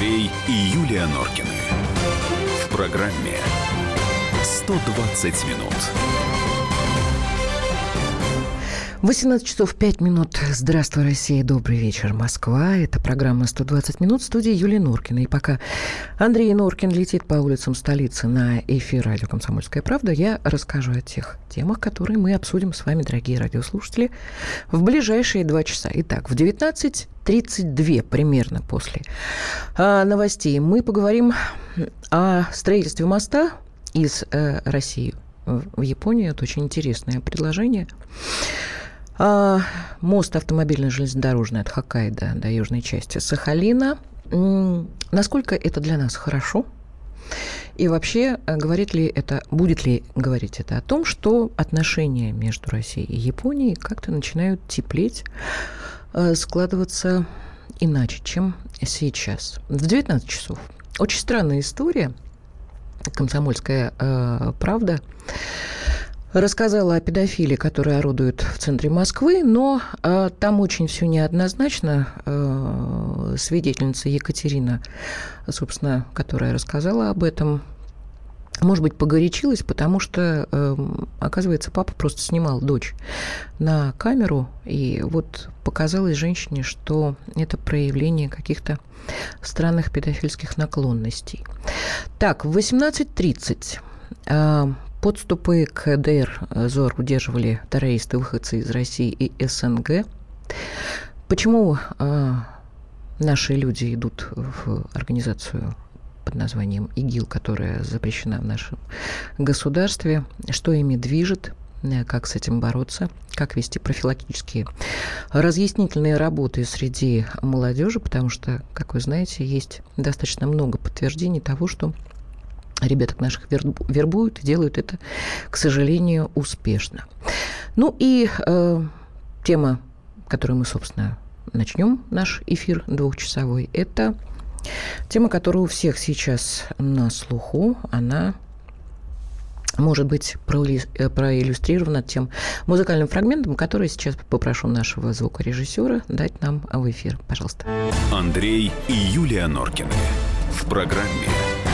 Андрей и Юлия Норкины. В программе 120 минут. 18 часов 5 минут. Здравствуй, Россия. Добрый вечер, Москва. Это программа «120 минут» в студии Юлии Норкиной. И пока Андрей Норкин летит по улицам столицы на эфир радио «Комсомольская правда», я расскажу о тех темах, которые мы обсудим с вами, дорогие радиослушатели, в ближайшие 2 часа. Итак, в 19:32 примерно после новостей мы поговорим о строительстве моста из России в Японию. Это очень интересное предложение. Мост автомобильно-железнодорожный от Хоккайдо до южной части Сахалина. Насколько это для нас хорошо? И вообще, будет ли говорить это о том, что отношения между Россией и Японией как-то начинают теплеть, складываться иначе, чем сейчас? В 19 часов. Очень странная история. «Комсомольская правда» рассказала о педофиле, который орудует в центре Москвы, но там очень все неоднозначно. Свидетельница Екатерина, собственно, которая рассказала об этом, может быть, погорячилась, потому что, оказывается, папа просто снимал дочь на камеру, и вот показалось женщине, что это проявление каких-то странных педофильских наклонностей. Так, в 18:30 подступы к Дейр-Зор удерживали террористы-выходцы из России и СНГ. Почему наши люди идут в организацию под названием ИГИЛ, которая запрещена в нашем государстве? Что ими движет? Как с этим бороться? Как вести профилактические разъяснительные работы среди молодежи? Потому что, как вы знаете, есть достаточно много подтверждений того, что ребяток наших вербуют и делают это, к сожалению, успешно. Ну и тема, которую мы, собственно, начнем наш эфир двухчасовой, это тема, которая у всех сейчас на слуху. Она может быть проиллюстрирована тем музыкальным фрагментом, который сейчас попрошу нашего звукорежиссера дать нам в эфир. Пожалуйста. Андрей и Юлия Норкины. В программе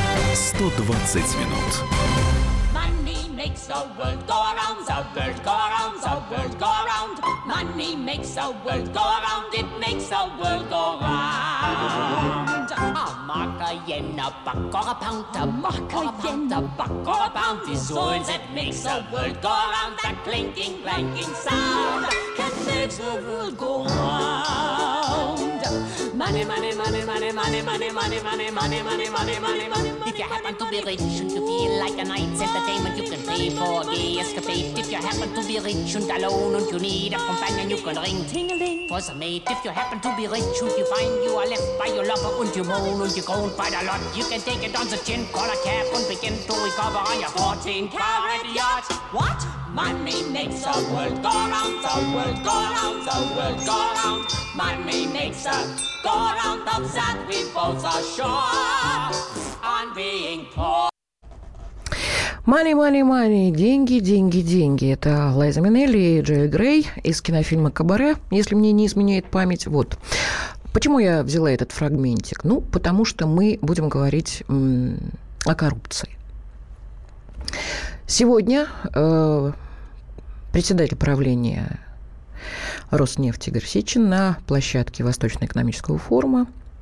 120 минут. Money makes the world go around, the world go around, the world go around. Money makes the world go around, it makes the world go round. A mark, a yen, a buck, or a pound, a mark, a yen, a buck, or a pound is all that makes the world go around. That clinking, clanking sound that makes the world go round. Money, money, money, money, money, money, money, money, money, money, money, money, money. If you happen to be rich and you feel like a night's entertainment, you can pay for a gay escapade. If you happen to be rich and alone and you need a companion, you can ring ting-a-ling for some mate. If you happen to be rich and you find you are left by your lover and you moan and you groan quite a lot, you can take it on the chin, call a cab and begin to recover on your 14-carat yacht. What? Money makes the world go round, the world go round, the world go round. Money makes the go round, of that we both are sure on being poor. «Money, money, money», деньги, деньги, деньги. Это Лайза Минелли и Джоэль Грей из кинофильма «Кабаре», если мне не изменяет память. Вот. Почему я взяла этот фрагментик? Ну, потому что мы будем говорить о коррупции. Сегодня председатель правления Роснефти Игорь Сечин на площадке Восточно-экономического форума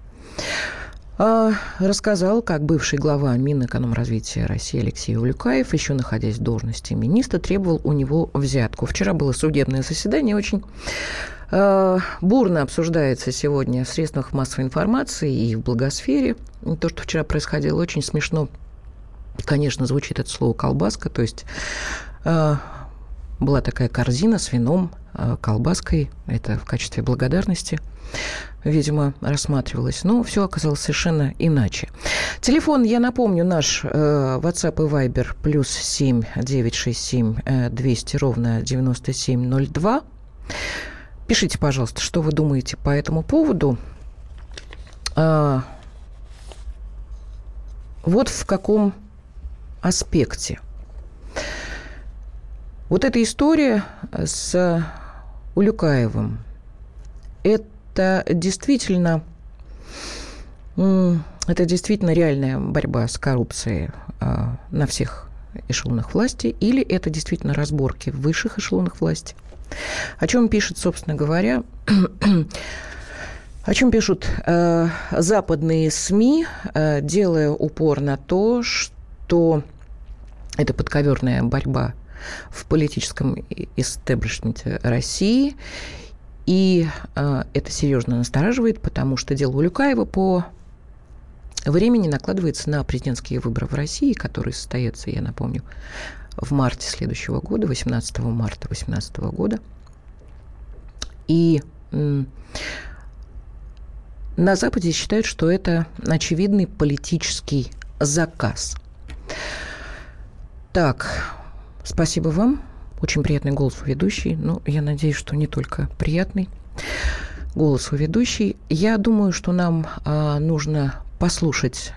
рассказал, как бывший глава Минэкономразвития России Алексей Улюкаев, еще находясь в должности министра, требовал у него взятку. Вчера было судебное заседание, очень бурно обсуждается сегодня в средствах массовой информации и в благосфере. То, что вчера происходило, очень смешно, конечно, звучит это слово «колбаска», то есть была такая корзина с вином, колбаской, это в качестве благодарности, видимо, рассматривалось. Но все оказалось совершенно иначе. Телефон, я напомню, наш WhatsApp и Viber +7 967 200 ровно 9702. Пишите, пожалуйста, что вы думаете по этому поводу. Вот в каком аспекте. Вот эта история с Улюкаевым, это действительно Это действительно реальная борьба с коррупцией на всех эшелонах власти, или это действительно разборки в высших эшелонах власти? О чем пишет, собственно говоря, о чем пишут западные СМИ, делая упор на то, что это подковерная борьба в политическом истеблишменте России, и это серьезно настораживает, потому что дело Улюкаева по времени накладывается на президентские выборы в России, которые состоятся, я напомню, в марте следующего года, 18 марта 2018 года. И на Западе считают, что это очевидный политический заказ. Так, спасибо вам. Очень приятный голос у ведущей. Ну, я надеюсь, что не только приятный голос у ведущей. Я думаю, что нам нужно послушать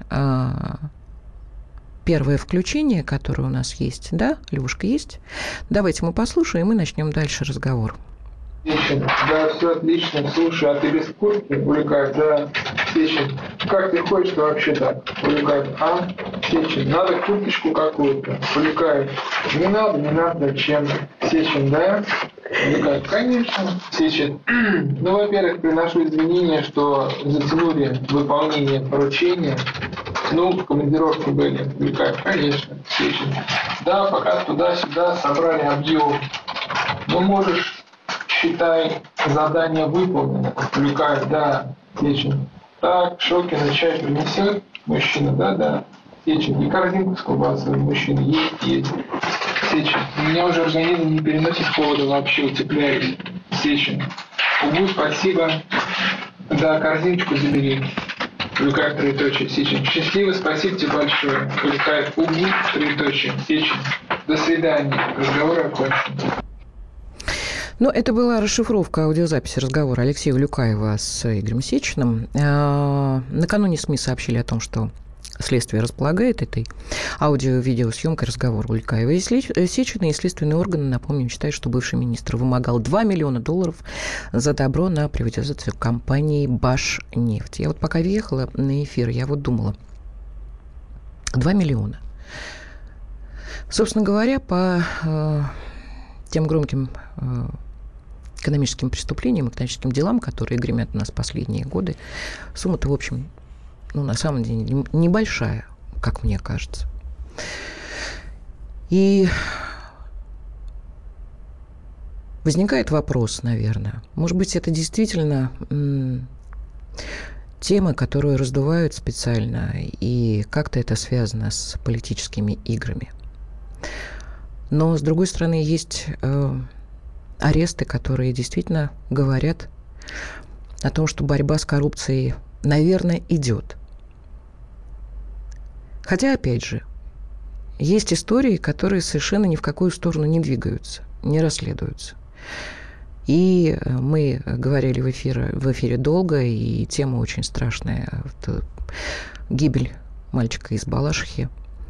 первое включение, которое у нас есть. Да, Левушка, есть? Давайте мы послушаем и начнем дальше разговор. Да, все отлично. Слушай, а ты без куртки, Улюкаев? Да, Сечин. Как ты ходишь вообще так, Улюкаев? А, Сечин, надо курточку какую-то. Улюкаев, не надо, зачем? Сечин, да? Улюкаев, конечно. Сечин, ну, во-первых, приношу извинения, что затянули выполнение поручения. Ну, в командировке были. Улюкаев, конечно. Сечин, да, пока туда-сюда собрали объем. Ну, можешь... Считай, задание выполнено. Улюкаев, да, Сечин. Так, Шокина чай принесет мужчина, да. Сечин, и корзинку с колбасой мужчина есть. Сечин, у меня уже организм не переносит холода вообще, утепляюсь. Сечин, угу, спасибо. Да, корзиночку забери. Улюкаев, троеточие. Сечин, счастливо, спасибо тебе большое. Улюкаев, угу, троеточие. Сечин, до свидания. Разговор окончен. Ну, это была расшифровка аудиозаписи разговора Алексея Улюкаева с Игорем Сечиным. Накануне СМИ сообщили о том, что следствие располагает этой аудио-видеосъемкой разговора Улюкаева и Сечина, и следственные органы, напомню, считают, что бывший министр вымогал $2 миллиона за добро на приватизацию компании «Башнефть». Я вот пока въехала на эфир, я вот думала, 2 миллиона. Собственно говоря, по тем громким экономическим преступлениям, экономическим делам, которые гремят у нас последние годы, сумма-то, в общем, ну, на самом деле, небольшая, как мне кажется. И возникает вопрос, наверное, может быть, это действительно тема, которую раздувают специально, и как-то это связано с политическими играми. Но, с другой стороны, есть аресты, которые действительно говорят о том, что борьба с коррупцией, наверное, идет. Хотя, опять же, есть истории, которые совершенно ни в какую сторону не двигаются, не расследуются. И мы говорили в эфире долго, и тема очень страшная. Это гибель мальчика из Балашихи.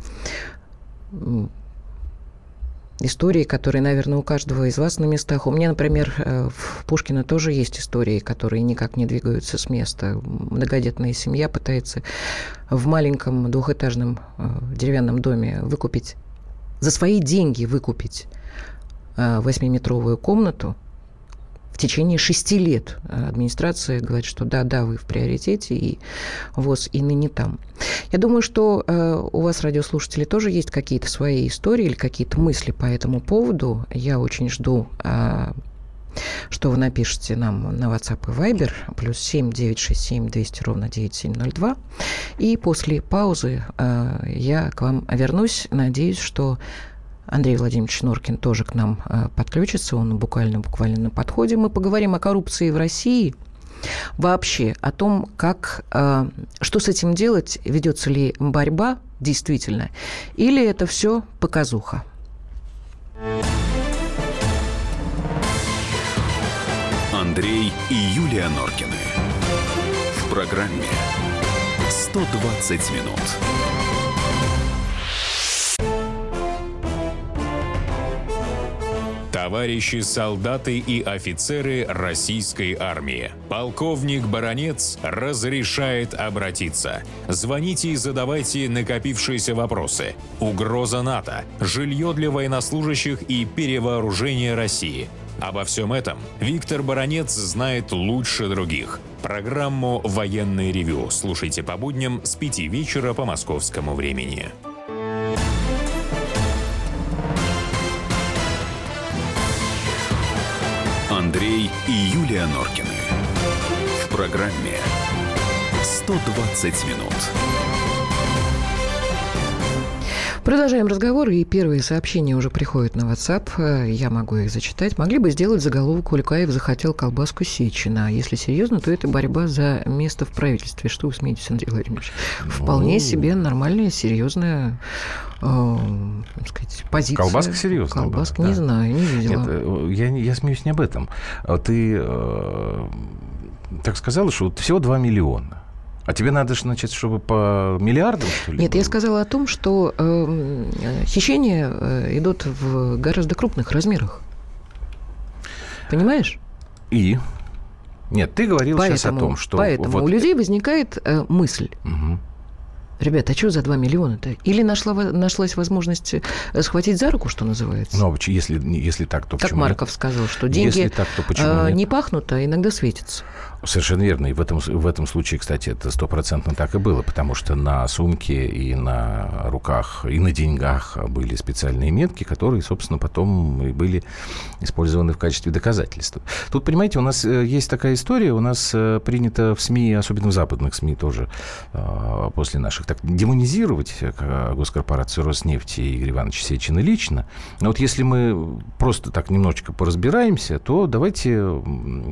Истории, которые, наверное, у каждого из вас на местах. У меня, например, в Пушкино тоже есть истории, которые никак не двигаются с места. Многодетная семья пытается в маленьком двухэтажном деревянном доме за свои деньги выкупить 8-метровую комнату. В течение 6 лет администрация говорит, что да, вы в приоритете, и ВОЗ и ныне там. Я думаю, что у вас, радиослушатели, тоже есть какие-то свои истории или какие-то мысли по этому поводу. Я очень жду, что вы напишете нам на WhatsApp и Viber, +7 967 200 9702. И после паузы я к вам вернусь. Надеюсь, что Андрей Владимирович Норкин тоже к нам подключится. Он буквально на подходе. Мы поговорим о коррупции в России. Вообще о том, что с этим делать, ведется ли борьба действительно, или это все показуха. Андрей и Юлия Норкины. В программе «120 минут». товарищи солдаты и офицеры российской армии. Полковник Баранец разрешает обратиться. Звоните и задавайте накопившиеся вопросы. Угроза НАТО, жилье для военнослужащих и перевооружение России. Обо всем этом Виктор Баранец знает лучше других. Программу «Военное ревю» слушайте по будням с 5 вечера по московскому времени. Андрей и Юлия Норкины. В программе «120 минут». Продолжаем разговор, и первые сообщения уже приходят на WhatsApp. Я могу их зачитать. Могли бы сделать заголовок: Улюкаев захотел колбаску Сечина. А если серьезно, то это борьба за место в правительстве. Что вы смеетесь, Андрей Владимирович? Вполне себе нормальная, серьезная, так сказать, позиция. Колбаска серьезная. Колбаска, не знаю, не видела. Нет, я смеюсь не об этом. Ты так сказала, что всего 2 миллиона. А тебе надо, значит, чтобы по миллиардам, что ли? Нет, было? я сказала о том, что хищения идут в гораздо крупных размерах. Понимаешь? И? Нет, ты говорил сейчас о том, что... Поэтому вот... у людей возникает мысль. Угу. Ребята, а что за 2 миллиона-то? Или нашлась возможность схватить за руку, что называется? Ну, если так, то как почему Марков сказал, что деньги так, то почему не пахнут, а иногда светятся. Совершенно верно. И в этом случае, кстати, это 100% так и было, потому что на сумке и на руках, и на деньгах были специальные метки, которые, собственно, потом и были использованы в качестве доказательства. Тут, понимаете, у нас есть такая история, у нас принято в СМИ, особенно в западных СМИ тоже, после наших, так демонизировать госкорпорацию «Роснефть» и Игоря Ивановича Сечина лично. Но вот если мы просто так немножечко поразбираемся, то давайте...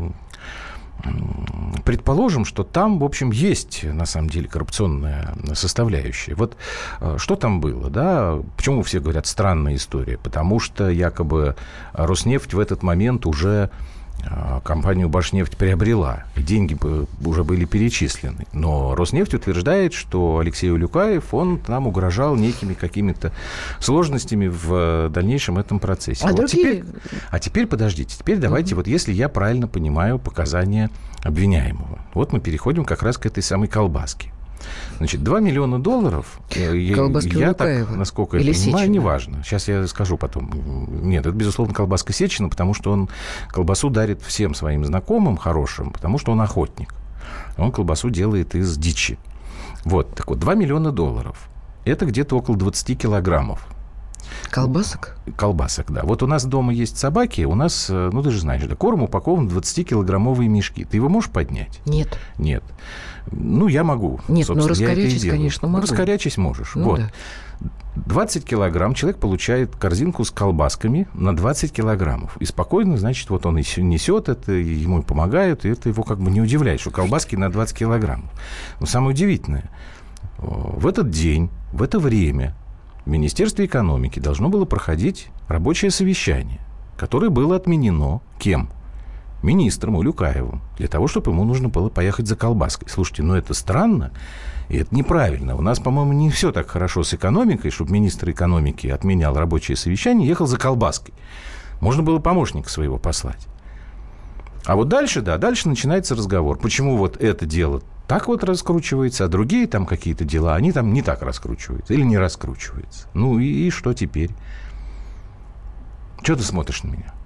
предположим, что там, в общем, есть, на самом деле, коррупционная составляющая. Вот что там было, да? Почему все говорят странная история? Потому что якобы Роснефть в этот момент уже компанию «Башнефть» приобрела, и деньги уже были перечислены. Но Роснефть утверждает, что Алексей Улюкаев, он нам угрожал некими какими-то сложностями в дальнейшем этом процессе. Теперь подождите, теперь давайте, вот если я правильно понимаю показания обвиняемого, вот мы переходим как раз к этой самой колбаске. Значит, $2 миллиона, колбаски я Улюкаева, так, насколько я или понимаю, Сечина? неважно. Сейчас я скажу потом. Нет, это, безусловно, колбаска Сечина, потому что он колбасу дарит всем своим знакомым хорошим, потому что он охотник. Он колбасу делает из дичи. Вот, так вот, $2 миллиона. Это где-то около 20 килограммов. Колбасок? Колбасок, да. Вот у нас дома есть собаки, у нас, ну, ты же знаешь, да, корм упакован в 20-килограммовые мешки. Ты его можешь поднять? Нет. Нет. Ну, я могу. Нет, но раскорячить, конечно, могу. Раскорячить можешь. Ну, вот. Да. 20 килограмм человек получает корзинку с колбасками на 20 килограммов. И спокойно, значит, вот он и несет это, и ему помогают, и это его как бы не удивляет, что колбаски на 20 килограммов. Но самое удивительное, в этот день, в это время в Министерстве экономики должно было проходить рабочее совещание, которое было отменено кем? Министром Улюкаевым, для того, чтобы ему нужно было поехать за колбаской. Слушайте, ну это странно, и это неправильно. У нас, по-моему, не все так хорошо с экономикой, чтобы министр экономики отменял рабочее совещание и ехал за колбаской. Можно было помощника своего послать. А вот дальше, да, дальше начинается разговор. Почему вот это дело так вот раскручивается, а другие там какие-то дела, они там не так раскручиваются или не раскручиваются. Ну и что теперь? Чего ты смотришь на меня?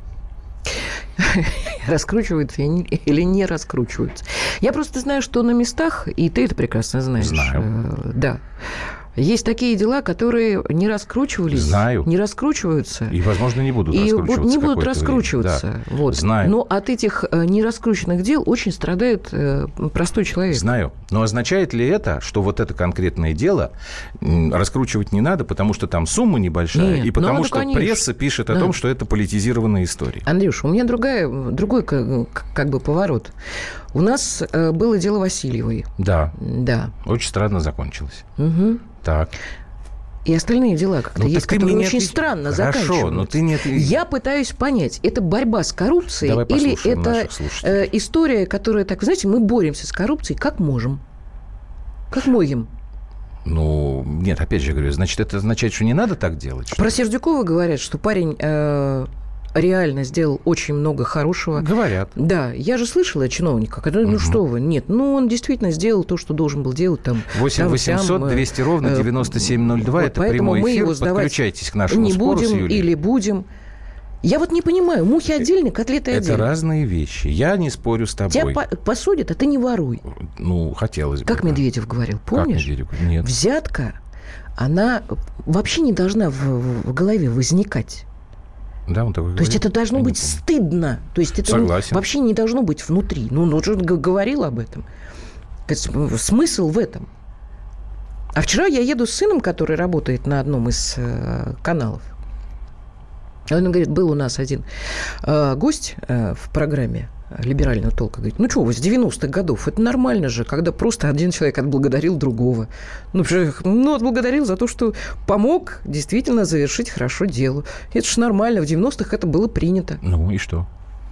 Раскручиваются или не раскручиваются. Я просто знаю, что на местах, и ты это прекрасно знаешь. Знаю. Да. Есть такие дела, которые не раскручивались, знаю. Не раскручиваются. И, возможно, не будут раскручиваться. И не будут раскручиваться. Да. Вот. Знаю. Но от этих нераскрученных дел очень страдает простой человек. Знаю. Но означает ли это, что вот это конкретное дело раскручивать не надо, потому что там сумма небольшая, Нет, и потому надо, что конечно. пресса пишет о том, что это политизированная история? Андрюш, у меня другой как бы поворот. У нас было дело Васильевой. Да. Да. Очень странно закончилось. Угу. Так. И остальные дела как-то есть, которые очень странно заканчиваются. Хорошо, но ты не... Я пытаюсь понять, это борьба с коррупцией или это история, которая, так, знаете, мы боремся с коррупцией как можем. Как можем. Ну, нет, опять же говорю, значит, это означает, что не надо так делать? Про Сердюкова говорят, что парень реально сделал очень много хорошего. Говорят. Да, я же слышала чиновника, который, ну что вы, нет, ну он действительно сделал то, что должен был делать там. 8 800 200 ровно 9702, вот, это прямой эфир, подключайтесь к нашему не спору будем с Юлией. или будем. Я вот не понимаю, мухи отдельно, котлеты отдельно. Это разные вещи. Я не спорю с тобой. Тебя посудят, а ты не воруй. Ну, хотелось бы. Как Медведев говорил, помнишь? Как Медведев? Нет. Взятка, она вообще не должна в голове возникать. Да, он такой То есть говорит? это должно быть стыдно. То есть это вообще не должно быть внутри. Ну, он же говорил об этом. Смысл в этом. А вчера я еду с сыном, который работает на одном из каналов. Он говорит, был у нас один гость в программе либерального толка. Говорит, ну что вы, с 90-х годов, это нормально же, когда просто один человек отблагодарил другого. Ну, отблагодарил за то, что помог действительно завершить хорошо дело. Это же нормально, в 90-х это было принято. Ну и что?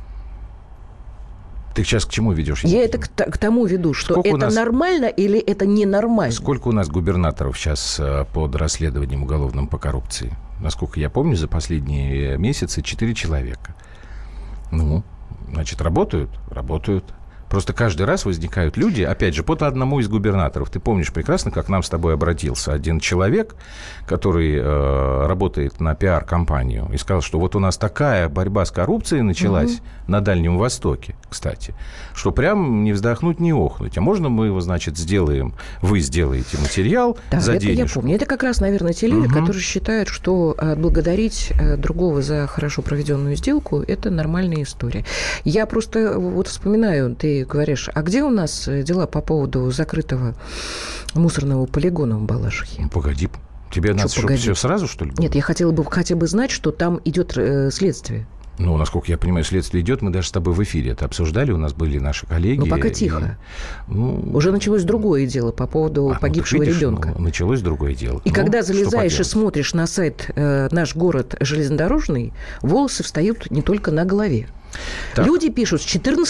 Ты сейчас к чему ведешь? Я это к тому веду, что Сколько это нормально или это ненормально. Сколько у нас губернаторов сейчас под расследованием уголовным по коррупции? Насколько я помню, за последние месяцы 4 человека. Ну, значит, работают? Работают. Просто каждый раз возникают люди, опять же, по одному из губернаторов. Ты помнишь прекрасно, как к нам с тобой обратился один человек, который работает на пиар-компанию, и сказал, что вот у нас такая борьба с коррупцией началась на Дальнем Востоке, кстати, что прям не вздохнуть, не охнуть. А можно мы его, значит, сделаем, вы сделаете материал за денежку? Да, это я помню. Это как раз, наверное, те люди, которые считают, что отблагодарить другого за хорошо проведенную сделку – это нормальная история. Я просто вот вспоминаю, ты говоришь, а где у нас дела по поводу закрытого мусорного полигона в Балашихе? Ну, погоди, тебе надо, чтобы все сразу, что ли, было? Нет, я хотела бы хотя бы знать, что там идет следствие. Ну, насколько я понимаю, следствие идет. Мы даже с тобой в эфире это обсуждали. У нас были наши коллеги. Ну, пока тихо. Уже началось другое дело по поводу погибшего ребенка. Началось другое дело. И когда залезаешь и смотришь на сайт «Наш город железнодорожный», волосы встают не только на голове. Так. Люди пишут, с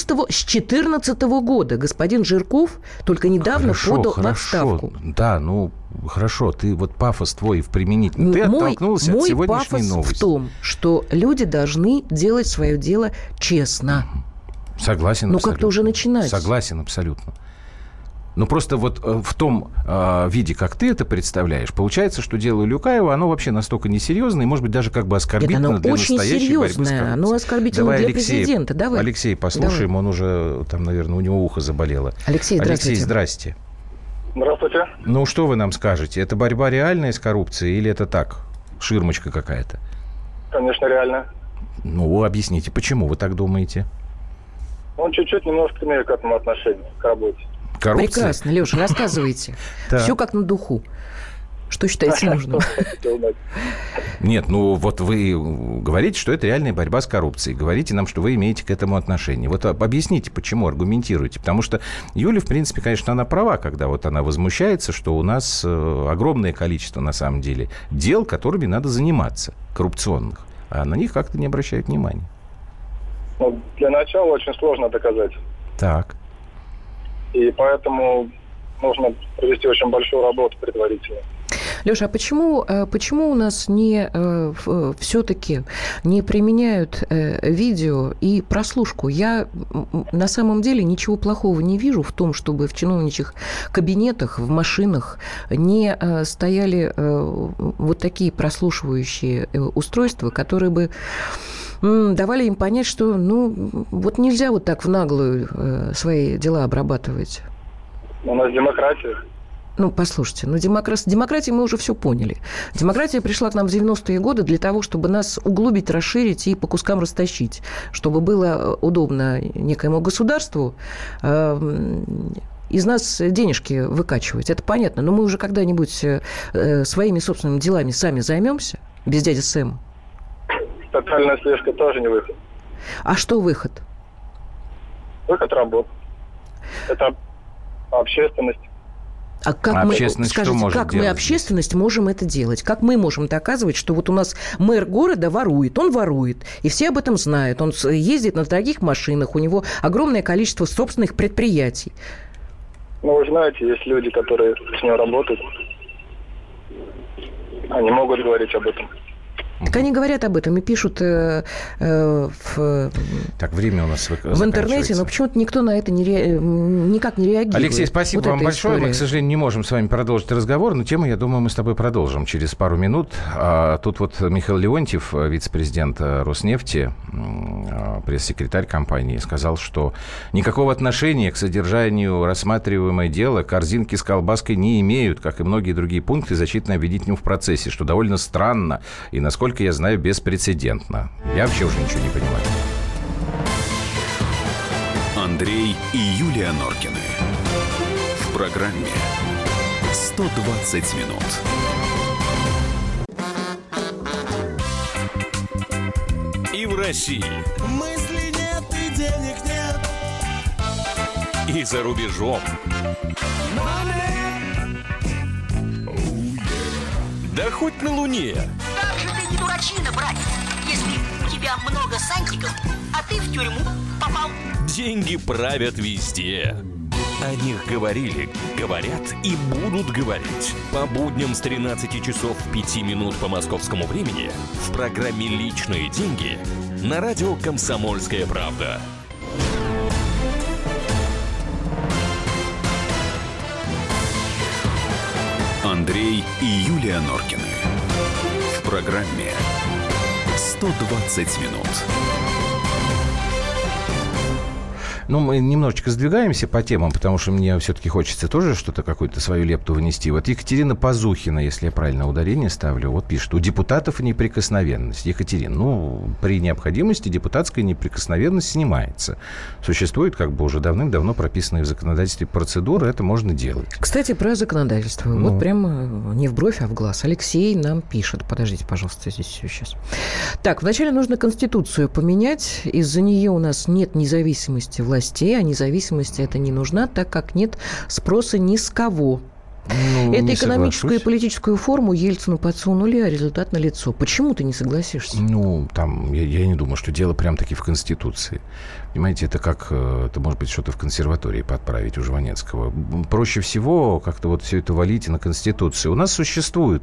2014 года господин Жирков только недавно подал в отставку. Да, ну, хорошо, ты вот пафос твой применительно. Ты оттолкнулся от сегодняшней новости. Мой пафос в том, что люди должны делать свое дело честно. Согласен абсолютно. Ну, как-то уже начинать. Согласен абсолютно. Но просто вот в том виде, как ты это представляешь, получается, что дело Улюкаева, оно вообще настолько несерьезное и, может быть, даже как бы оскорбительно для настоящей борьбы с коррупцией. Оно оскорбительно для президента. Давай. Алексей, послушаем, он уже, там, наверное, у него ухо заболело. Алексей, здрасте. Здравствуйте. Ну, что вы нам скажете? Это борьба реальная с коррупцией или это так, ширмочка какая-то? Конечно, реальная. Ну, объясните, почему вы так думаете? Он чуть-чуть немножко имеет к этому отношение, к работе. Коррупция. Прекрасно, Леша, рассказывайте. Все как на духу. Что считаете нужным? Нет, ну вот вы говорите, что это реальная борьба с коррупцией. Говорите нам, что вы имеете к этому отношение. Вот объясните, почему, аргументируйте. Потому что Юля, в принципе, конечно, она права, когда вот она возмущается, что у нас огромное количество, на самом деле, дел, которыми надо заниматься, коррупционных. А на них как-то не обращают внимания. Ну, для начала очень сложно доказать. Так. И поэтому нужно провести очень большую работу предварительно. Леша, а почему у нас все-таки не применяют видео и прослушку? Я на самом деле ничего плохого не вижу в том, чтобы в чиновничьих кабинетах, в машинах не стояли вот такие прослушивающие устройства, которые бы давали им понять, что вот нельзя вот так в наглую свои дела обрабатывать. У нас демократия. Ну, послушайте, с демократией мы уже все поняли. Демократия пришла к нам в 90-е годы для того, чтобы нас углубить, расширить и по кускам растащить, чтобы было удобно некоему государству из нас денежки выкачивать. Это понятно, но мы уже когда-нибудь своими собственными делами сами займемся, без дяди Сэма. Тотальная слежка тоже не выход. А что выход? Выход работы. Это общественность. А как мы общественность можем это делать? Как мы можем доказывать, что вот у нас мэр города ворует, он ворует, и все об этом знают, он ездит на дорогих машинах, у него огромное количество собственных предприятий. Ну, вы знаете, есть люди, которые с ним работают, они могут говорить об этом. Так они говорят об этом и пишут Так, время у нас в интернете, но почему-то никто на это никак не реагирует. Алексей, спасибо вам большое. история. Мы, к сожалению, не можем с вами продолжить разговор, но тему, я думаю, мы с тобой продолжим через пару минут. Тут вот Михаил Леонтьев, вице-президент Роснефти, пресс-секретарь компании, сказал, что никакого отношения к содержанию рассматриваемого дела корзинки с колбаской не имеют, как и многие другие пункты защитно-обвинительного в процессе, что довольно странно и, насколько я знаю, беспрецедентно. Я вообще уже ничего не понимаю. Андрей и Юлия Норкины. В программе «120 минут». И в России. Мысли нет и денег нет. И за рубежом. Да хоть на Луне. Как же ты не дурачина, братец, если у тебя много сантиков, а ты в тюрьму попал. Деньги правят везде. О них говорили, говорят и будут говорить. По будням с 13 часов 5 минут по московскому времени в программе «Личные деньги» на радио «Комсомольская правда». Андрей и Юлия Норкины. В программе «120 минут». Ну, мы немножечко сдвигаемся по темам, потому что мне все-таки хочется тоже что-то, какую-то свою лепту внести. Вот Екатерина Пазухина, если я правильно ударение ставлю, вот пишет: у депутатов неприкосновенность. Екатерина, при необходимости депутатская неприкосновенность снимается. Существует как бы уже давным-давно прописанные в законодательстве процедуры, это можно делать. Кстати, про законодательство. Вот прямо не в бровь, а в глаз. Алексей нам пишет. Подождите, пожалуйста, здесь все сейчас. Так, вначале нужно Конституцию поменять. Из-за нее у нас нет независимости власти, а независимости это не нужна, так как нет спроса ни с кого. Это экономическую и политическую форму Ельцину подсунули, а результат налицо. Почему ты не согласишься? Там, я не думаю, что дело прям-таки в Конституции. Понимаете, это как, это может быть что-то в консерватории подправить у Жванецкого. Проще всего как-то вот все это валить на Конституцию. У нас существуют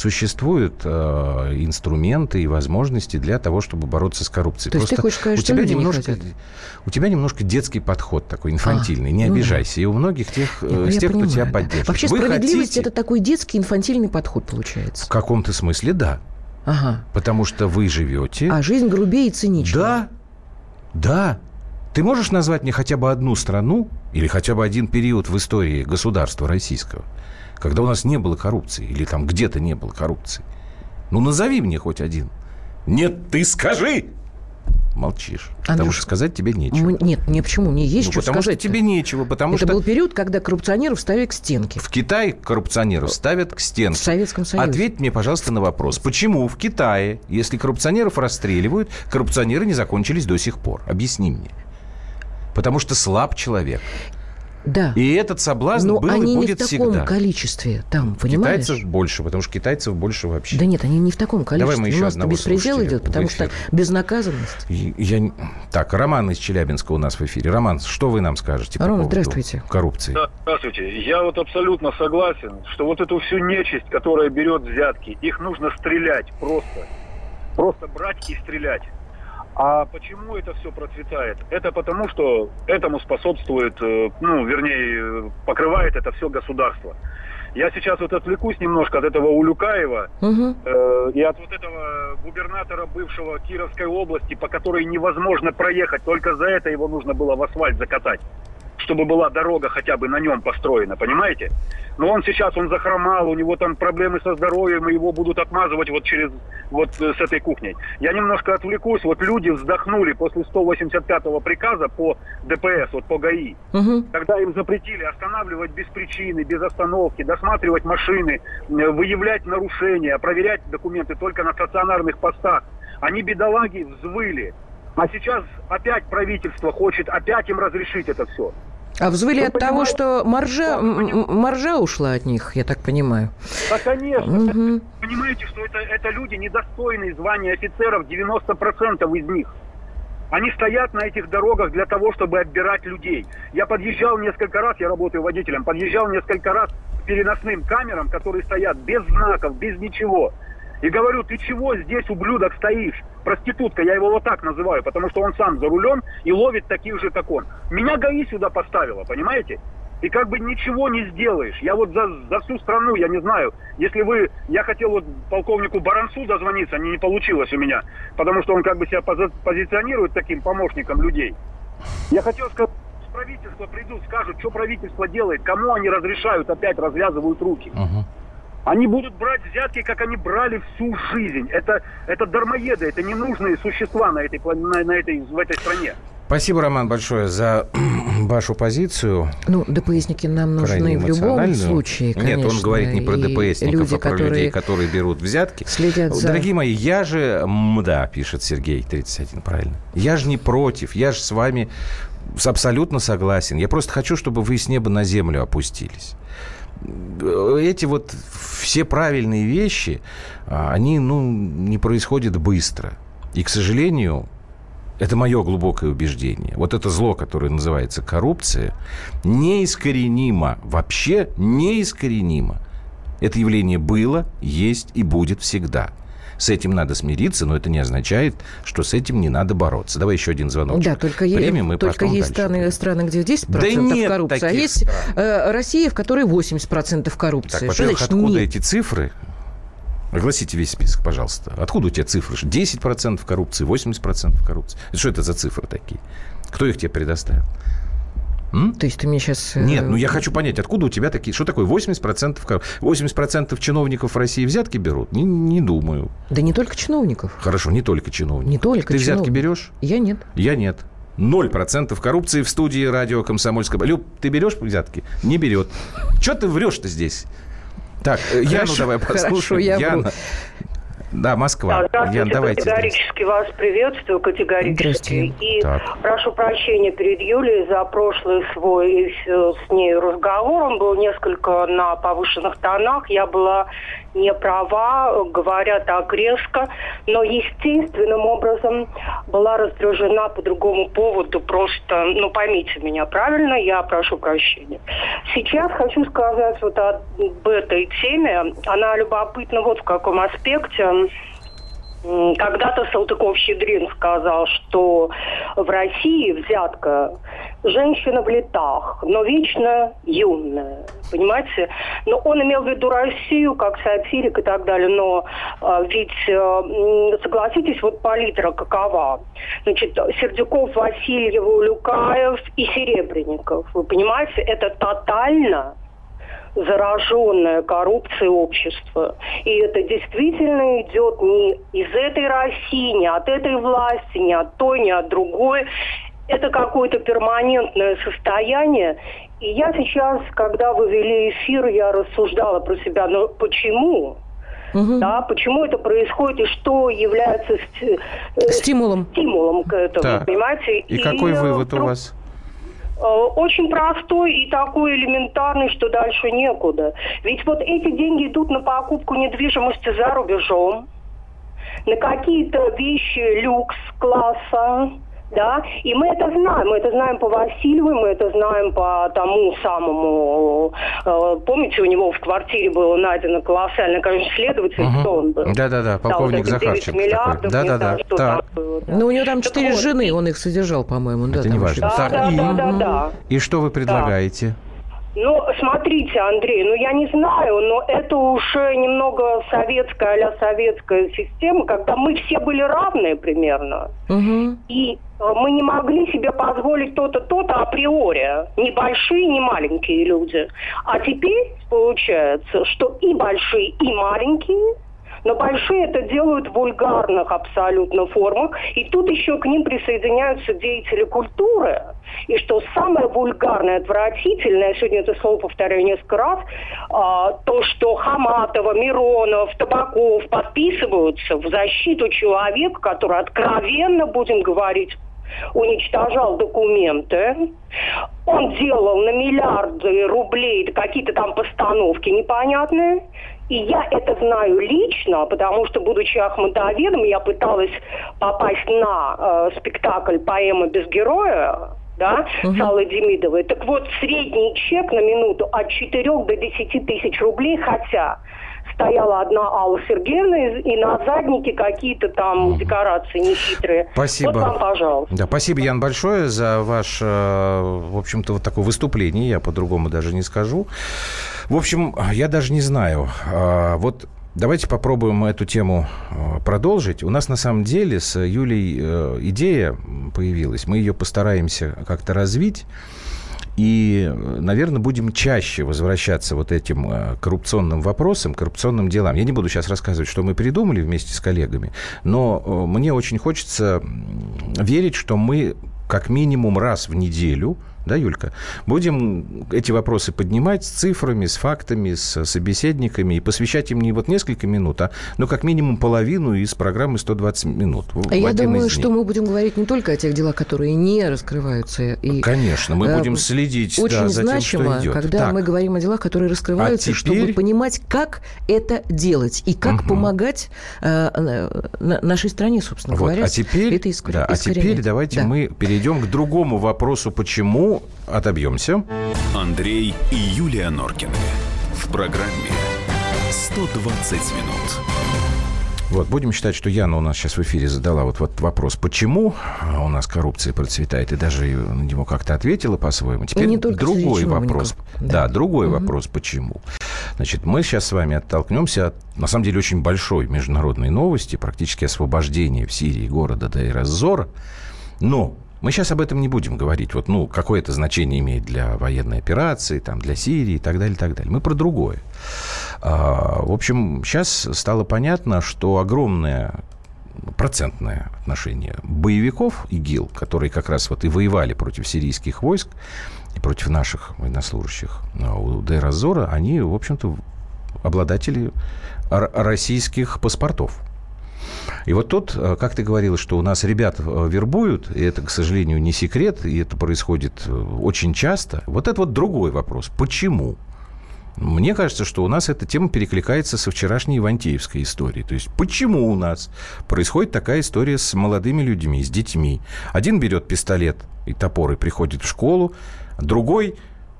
инструменты и возможности для того, чтобы бороться с коррупцией. То есть ты хочешь сказать, что люди не хотят? У тебя немножко детский подход такой, инфантильный. Не обижайся. И у многих тех, кто тебя поддерживает. Вообще справедливость – это такой детский инфантильный подход получается. В каком-то смысле, да. Ага. Потому что вы живете... А жизнь грубее и циничнее. Да. Ты можешь назвать мне хотя бы одну страну или хотя бы один период в истории государства российского, когда у нас не было коррупции или там где-то не было коррупции? Назови мне хоть один. Нет, ты скажи! Молчишь. Андрюш, потому что сказать тебе нечего. Нет, почему? Мне есть что потому сказать. Потому что тебе нечего. Это был период, когда коррупционеров ставили к стенке. В Китае коррупционеров ставят к стенке. В Советском Союзе. Ответь мне, пожалуйста, на вопрос. Почему в Китае, если коррупционеров расстреливают, коррупционеры не закончились до сих пор? Объясни мне. Потому что слаб человек. Да. И этот соблазн был и будет всегда. Но они не в таком количестве там, понимаешь? Китайцев больше, потому что китайцев больше вообще. Да нет, они не в таком количестве. Давай мы еще одного беспредел идет, потому что безнаказанность. Так, Роман из Челябинска у нас в эфире. Роман, что вы нам скажете по поводу коррупции? Да, здравствуйте. Я вот абсолютно согласен, что вот эту всю нечисть, которая берет взятки, их нужно стрелять просто. Просто брать и стрелять. А почему это все процветает? Это потому, что этому способствует, покрывает это все государство. Я сейчас вот отвлекусь немножко от этого Улюкаева и от вот этого губернатора бывшего Кировской области, по которой невозможно проехать, только за это его нужно было в асфальт закатать, чтобы была дорога хотя бы на нем построена, понимаете? Но он захромал, у него там проблемы со здоровьем, и его будут отмазывать с этой кухней. Я немножко отвлекусь, люди вздохнули после 185-го приказа по ДПС, по ГАИ, когда им запретили останавливать без причины, без остановки, досматривать машины, выявлять нарушения, проверять документы только на стационарных постах. Они, бедолаги, взвыли. А сейчас опять правительство хочет опять им разрешить это все. А взвыли от того, что маржа ушла от них, я так понимаю. Да, конечно. Понимаете, что это люди недостойные звания офицеров, 90% из них. Они стоят на этих дорогах для того, чтобы отбирать людей. Я подъезжал несколько раз, я работаю водителем, подъезжал несколько раз к переносным камерам, которые стоят без знаков, без ничего. И говорю, ты чего здесь, ублюдок, стоишь? Проститутка, я его вот так называю, потому что он сам за рулем и ловит таких же, как он. Меня ГАИ сюда поставило, понимаете? И как бы ничего не сделаешь. Я вот за всю страну, я не знаю, я хотел вот полковнику Баранцу дозвониться, не получилось у меня, потому что он как бы себя позиционирует таким помощником людей. Я хотел сказать, правительство придут, скажут, что правительство делает, кому они разрешают, опять развязывают руки. Они будут брать взятки, как они брали всю жизнь. Это дармоеды, это ненужные существа в этой стране. Спасибо, Роман, большое за вашу позицию. Ну, ДПСники нам нужны в любом случае, конечно. Нет, он говорит не про ДПСников, люди, а про людей, которые берут взятки. Дорогие мои, я же... Да, пишет Сергей, 31, правильно. Я же не против, я же с вами абсолютно согласен. Я просто хочу, чтобы вы с неба на землю опустились. Эти вот все правильные вещи, они, не происходят быстро. И, к сожалению, это мое глубокое убеждение. Вот это зло, которое называется коррупция, неискоренимо, вообще неискоренимо. Это явление было, есть и будет всегда. С этим надо смириться, но это не означает, что с этим не надо бороться. Давай еще один звоночек. Да, только есть страны, где 10% коррупции, а есть Россия, в которой 80% коррупции. Так, во-первых, откуда эти цифры? Огласите весь список, пожалуйста. Откуда у тебя цифры? 10% коррупции, 80% коррупции. Что это за цифры такие? Кто их тебе предоставил? То есть ты мне сейчас... Нет, я хочу понять, откуда у тебя такие... Что такое 80% коррупции? 80% чиновников в России взятки берут? Не думаю. Да не только чиновников. Хорошо, не только чиновников. Не только Ты взятки берешь? Я нет. Я нет. 0% коррупции в студии радио «Комсомольская». Люб, ты берешь взятки? Не берет. Чего ты врешь-то здесь? Так, Яну давай послушаем. Яна. Да, Москва. Ян, давайте. Категорически вас приветствую, категорически. И прошу прощения перед Юлией за прошлый свой с ней разговор. Он был несколько на повышенных тонах. Я была не права, говоря так резко, но естественным образом была раздражена по другому поводу. Просто, поймите меня правильно, я прошу прощения. Сейчас хочу сказать вот об этой теме. Она любопытна вот в каком аспекте. Когда-то Салтыков-Щедрин сказал, что в России взятка женщина в летах, но вечно юная. Понимаете? Но он имел в виду Россию как сатирик и так далее. Но ведь, согласитесь, вот палитра какова? Значит, Сердюков, Васильев, Улюкаев и Серебренников. Вы понимаете, это тотально зараженное коррупцией общество. И это действительно идет не из этой России, не от этой власти, не от той, не от другой. Это какое-то перманентное состояние. И я сейчас, когда вы вели эфир, я рассуждала про себя, но почему? Да, почему это происходит и что является стимулом к этому, так. Понимаете? И какой вывод у вас? Очень простой и такой элементарный, что дальше некуда. Ведь вот эти деньги идут на покупку недвижимости за рубежом, на какие-то вещи люкс-класса, да, и мы это знаем по Васильеву, мы это знаем по тому самому, помните, у него в квартире было найдено колоссальное количество следователей, кто он был? Да-да-да, полковник Захарченко. Да-да-да. Ну, у него там 4 жены, он их содержал, по-моему. Это не важно. Да. И что вы предлагаете? Ну, смотрите, Андрей, я не знаю, но это уже немного советская, а-ля советская система, когда мы все были равны примерно. И мы не могли себе позволить то-то, то-то априори. Ни большие, ни маленькие люди. А теперь получается, что и большие, и маленькие, но большие это делают в вульгарных абсолютно формах. И тут еще к ним присоединяются деятели культуры. И что самое вульгарное, отвратительное, я сегодня это слово повторяю несколько раз, то, что Хаматова, Миронов, Табаков подписываются в защиту человека, который откровенно, будем говорить, уничтожал документы. Он делал на миллиарды рублей какие-то там постановки непонятные. И я это знаю лично, потому что, будучи ахматоведом, я пыталась попасть на спектакль «Поэма без героя», да, с Аллой Демидовой. Так вот, средний чек на минуту от 4 до 10 тысяч рублей, хотя стояла одна Алла Сергеевна, и на заднике какие-то там декорации нехитрые. Спасибо. Вот вам, пожалуйста. Да, спасибо, Ян, большое за ваше, в общем-то, вот такое выступление. Я по-другому даже не скажу. В общем, я даже не знаю. Вот давайте попробуем эту тему продолжить. У нас, на самом деле, с Юлей идея появилась. Мы ее постараемся как-то развить. И, наверное, будем чаще возвращаться вот этим коррупционным вопросам, коррупционным делам. Я не буду сейчас рассказывать, что мы придумали вместе с коллегами, но мне очень хочется верить, что мы как минимум раз в неделю, да, Юлька, будем эти вопросы поднимать с цифрами, с фактами, с собеседниками и посвящать им не вот несколько минут, но как минимум половину из программы «120 минут». Я думаю, что мы будем говорить не только о тех делах, которые не раскрываются. И, конечно, мы будем следить очень за тем, что идет. Когда мы говорим о делах, которые раскрываются, чтобы понимать, как это делать и как помогать нашей стране, собственно говоря, это искоренять. А теперь давайте мы перейдем к другому вопросу, почему отобьемся. Андрей и Юлия Норкины. В программе «120 минут». Вот, будем считать, что Яна у нас сейчас в эфире задала вот вопрос, почему у нас коррупция процветает, и даже на него как-то ответила по-своему. Теперь другой вопрос. Да, другой вопрос, почему. Значит, мы сейчас с вами оттолкнемся от, на самом деле, очень большой международной новости, практически освобождения в Сирии города Дейр-эз-Зор. Но мы сейчас об этом не будем говорить. Вот, какое это значение имеет для военной операции, там, для Сирии и так далее, и так далее. Мы про другое. В общем, сейчас стало понятно, что огромное процентное отношение боевиков ИГИЛ, которые как раз вот и воевали против сирийских войск и против наших военнослужащих у Дейр-эз-Зора, они, в общем-то, обладатели российских паспортов. И вот тут, как ты говорила, что у нас ребят вербуют, и это, к сожалению, не секрет, и это происходит очень часто. Вот это вот другой вопрос. Почему? Мне кажется, что у нас эта тема перекликается со вчерашней ивантеевской историей. То есть, почему у нас происходит такая история с молодыми людьми, с детьми? Один берет пистолет и топор и приходит в школу, другой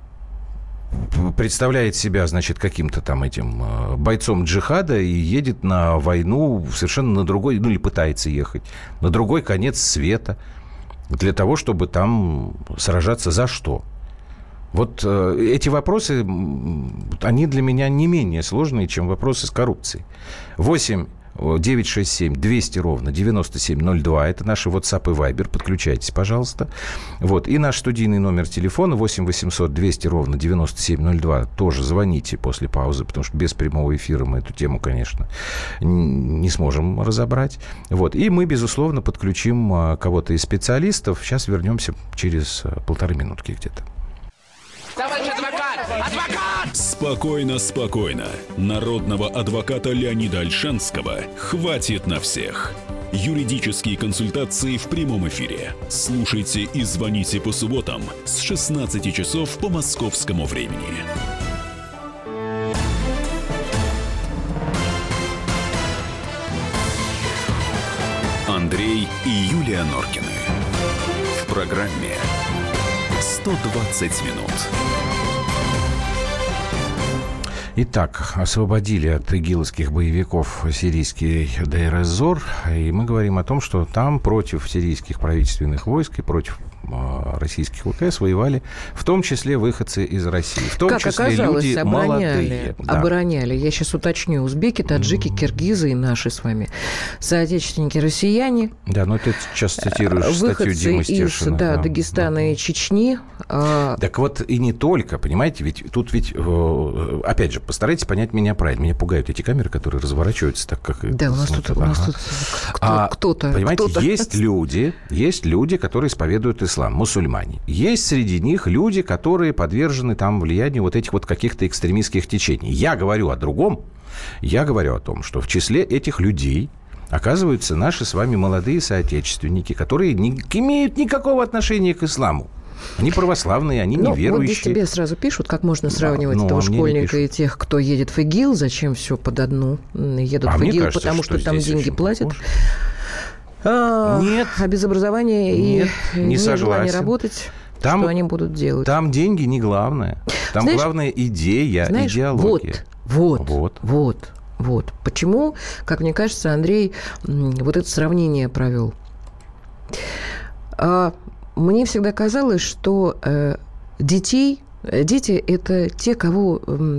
представляет себя, значит, каким-то там этим бойцом джихада и едет на войну совершенно на другой, или пытается ехать, на другой конец света для того, чтобы там сражаться за что? Вот эти вопросы, они для меня не менее сложные, чем вопросы с коррупцией. 8-967-200-97-02. Это наши WhatsApp и Viber. Подключайтесь, пожалуйста. Вот. И наш студийный номер телефона 8-800-200-97-02. Тоже звоните после паузы, потому что без прямого эфира мы эту тему, конечно, не сможем разобрать. Вот. И мы, безусловно, подключим кого-то из специалистов. Сейчас вернемся через 1,5 минутки где-то. Товарищ адвокат! Адвокат! Спокойно, спокойно. Народного адвоката Леонида Ольшанского хватит на всех. Юридические консультации в прямом эфире. Слушайте и звоните по субботам с 16 часов по московскому времени. Андрей и Юлия Норкины. В программе «120 минут». Итак, освободили от игиловских боевиков сирийский Дейр-эз-Зор, и мы говорим о том, что там против сирийских правительственных войск и против российских ВКС воевали, в том числе выходцы из России, в том числе люди молодые. Обороняли. Я сейчас уточню. Узбеки, таджики, киргизы и наши с вами соотечественники россияне. Да, но ты сейчас цитируешь статью Димы Стешина. Выходцы из Дагестана и Чечни. Так вот, и не только, понимаете, ведь тут опять же, постарайтесь понять меня правильно. Меня пугают эти камеры, которые разворачиваются так, как... Да, у нас тут кто-то... Понимаете, есть люди, которые исповедуют ислам, мусульмане. Есть среди них люди, которые подвержены там влиянию вот этих вот каких-то экстремистских течений. Я говорю о другом. Я говорю о том, что в числе этих людей оказываются наши с вами молодые соотечественники, которые не имеют никакого отношения к исламу. Они православные, они неверующие. Вот здесь тебе сразу пишут, как можно сравнивать этого школьника и тех, кто едет в ИГИЛ, зачем все под одну едут в ИГИЛ, кажется, потому что там деньги платят. Нет. А без образования и не желания работать, там, что они будут делать? Там деньги не главное. Там главная идея, идеология. Вот. Вот. Почему, как мне кажется, Андрей вот это сравнение провел? Мне всегда казалось, что дети – это те, кого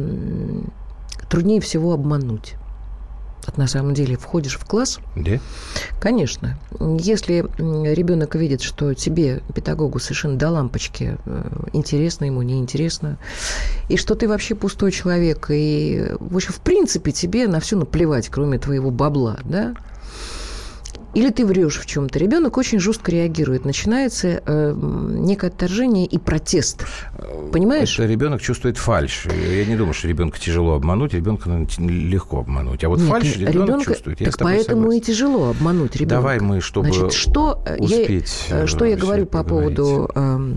труднее всего обмануть. Вот на самом деле входишь в класс. Да? Конечно. Если ребенок видит, что тебе, педагогу, совершенно до лампочки, интересно ему, неинтересно, и что ты вообще пустой человек, и, в общем, в принципе, тебе на все наплевать, кроме твоего бабла, да? Или ты врешь в чем-то. Ребенок очень жестко реагирует. Начинается некое отторжение и протест. Понимаешь? Это ребенок чувствует фальшь. Я не думаю, что ребенка тяжело обмануть. Ребенка легко обмануть. А вот фальшь ребенок чувствует. Так поэтому согласен. И тяжело обмануть ребенка. Давай мы, чтобы что я говорю по поводу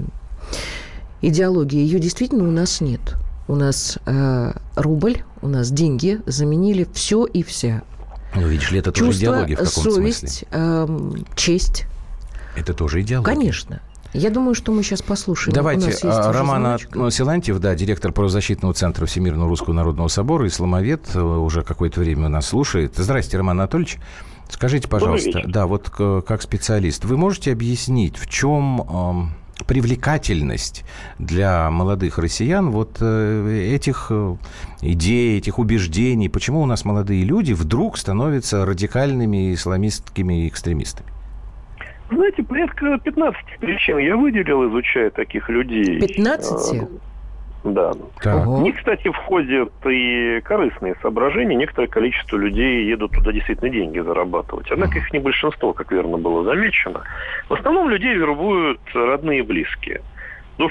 идеологии. Ее действительно у нас нет. У нас рубль, у нас деньги заменили все и вся. Ну, видишь ли, это тоже идеология в каком-то совесть, смысле. Честь. Это тоже идеология. Конечно. Я думаю, что мы сейчас послушаем. Давайте. Роман Силантьев, директор правозащитного центра Всемирного Русского Народного Собора, исламовед, уже какое-то время у нас слушает. Здрасте, Роман Анатольевич. Скажите, пожалуйста, вот как специалист, вы можете объяснить, в чем привлекательность для молодых россиян вот этих идей, этих убеждений? Почему у нас молодые люди вдруг становятся радикальными исламистскими экстремистами? Знаете, порядка 15 причин я выделил, изучая таких людей. 15? Да. В них, кстати, входят и корыстные соображения. Некоторое количество людей едут туда действительно деньги зарабатывать. Однако их не большинство, как верно было замечено. В основном людей вербуют родные и близкие. До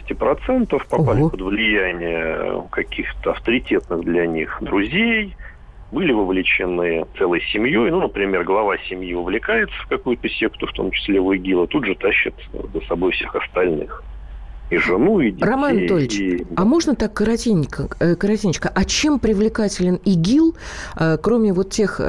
60% попали под влияние каких-то авторитетных для них друзей, были вовлечены целой семьей. Ну, например, глава семьи увлекается в какую-то секту, в том числе в ИГИЛ, тут же тащит за собой всех остальных. И жену, и детей. Роман Анатольевич, а можно так коротенько? А чем привлекателен ИГИЛ, кроме вот тех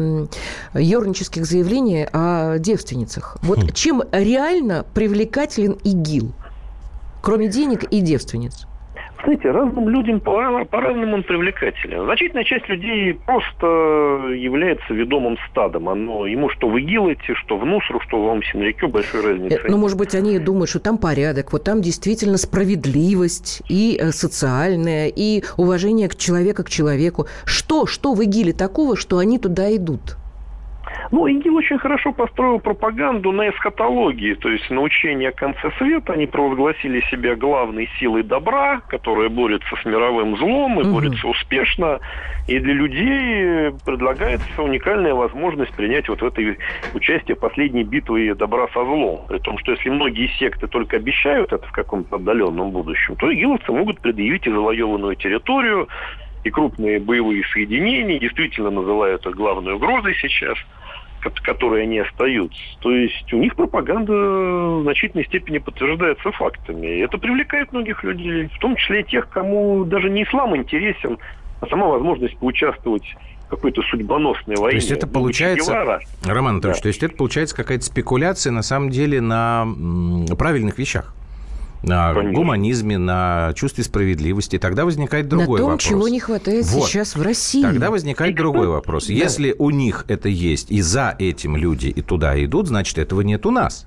ёрнических заявлений о девственницах? Вот чем реально привлекателен ИГИЛ, кроме денег и девственниц? Знаете, разным людям по-разному он привлекателен. Значительная часть людей просто является ведомым стадом. Ему что в ИГИЛ идти, что в Нусру, что в Ом-Синрикё, большой разницы. Ну, может быть, они думают, что там порядок, вот там действительно справедливость и социальная, и уважение к человеку. Что в ИГИЛе такого, что они туда идут? Ну, ИГИЛ очень хорошо построил пропаганду на эсхатологии, то есть на учении о конце света. Они провозгласили себя главной силой добра, которая борется с мировым злом и борется успешно. И для людей предлагается уникальная возможность принять вот в этой участие в последней битве добра со злом. При том, что если многие секты только обещают это в каком-то отдаленном будущем, то игиловцы могут предъявить и завоеванную территорию, и крупные боевые соединения, действительно называют их главной угрозой сейчас, которые они остаются. То есть у них пропаганда в значительной степени подтверждается фактами. И это привлекает многих людей, в том числе и тех, кому даже не ислам интересен, а сама возможность поучаствовать в какой-то судьбоносной войне. То есть это получается, Роман Анатольевич, то есть это получается какая-то спекуляция на самом деле на правильных вещах? На гуманизме, на чувстве справедливости. Тогда возникает другой вопрос. На том, чего не хватает сейчас в России. Тогда возникает другой вопрос. Да. Если у них это есть, и за этим люди и туда идут, значит, этого нет у нас.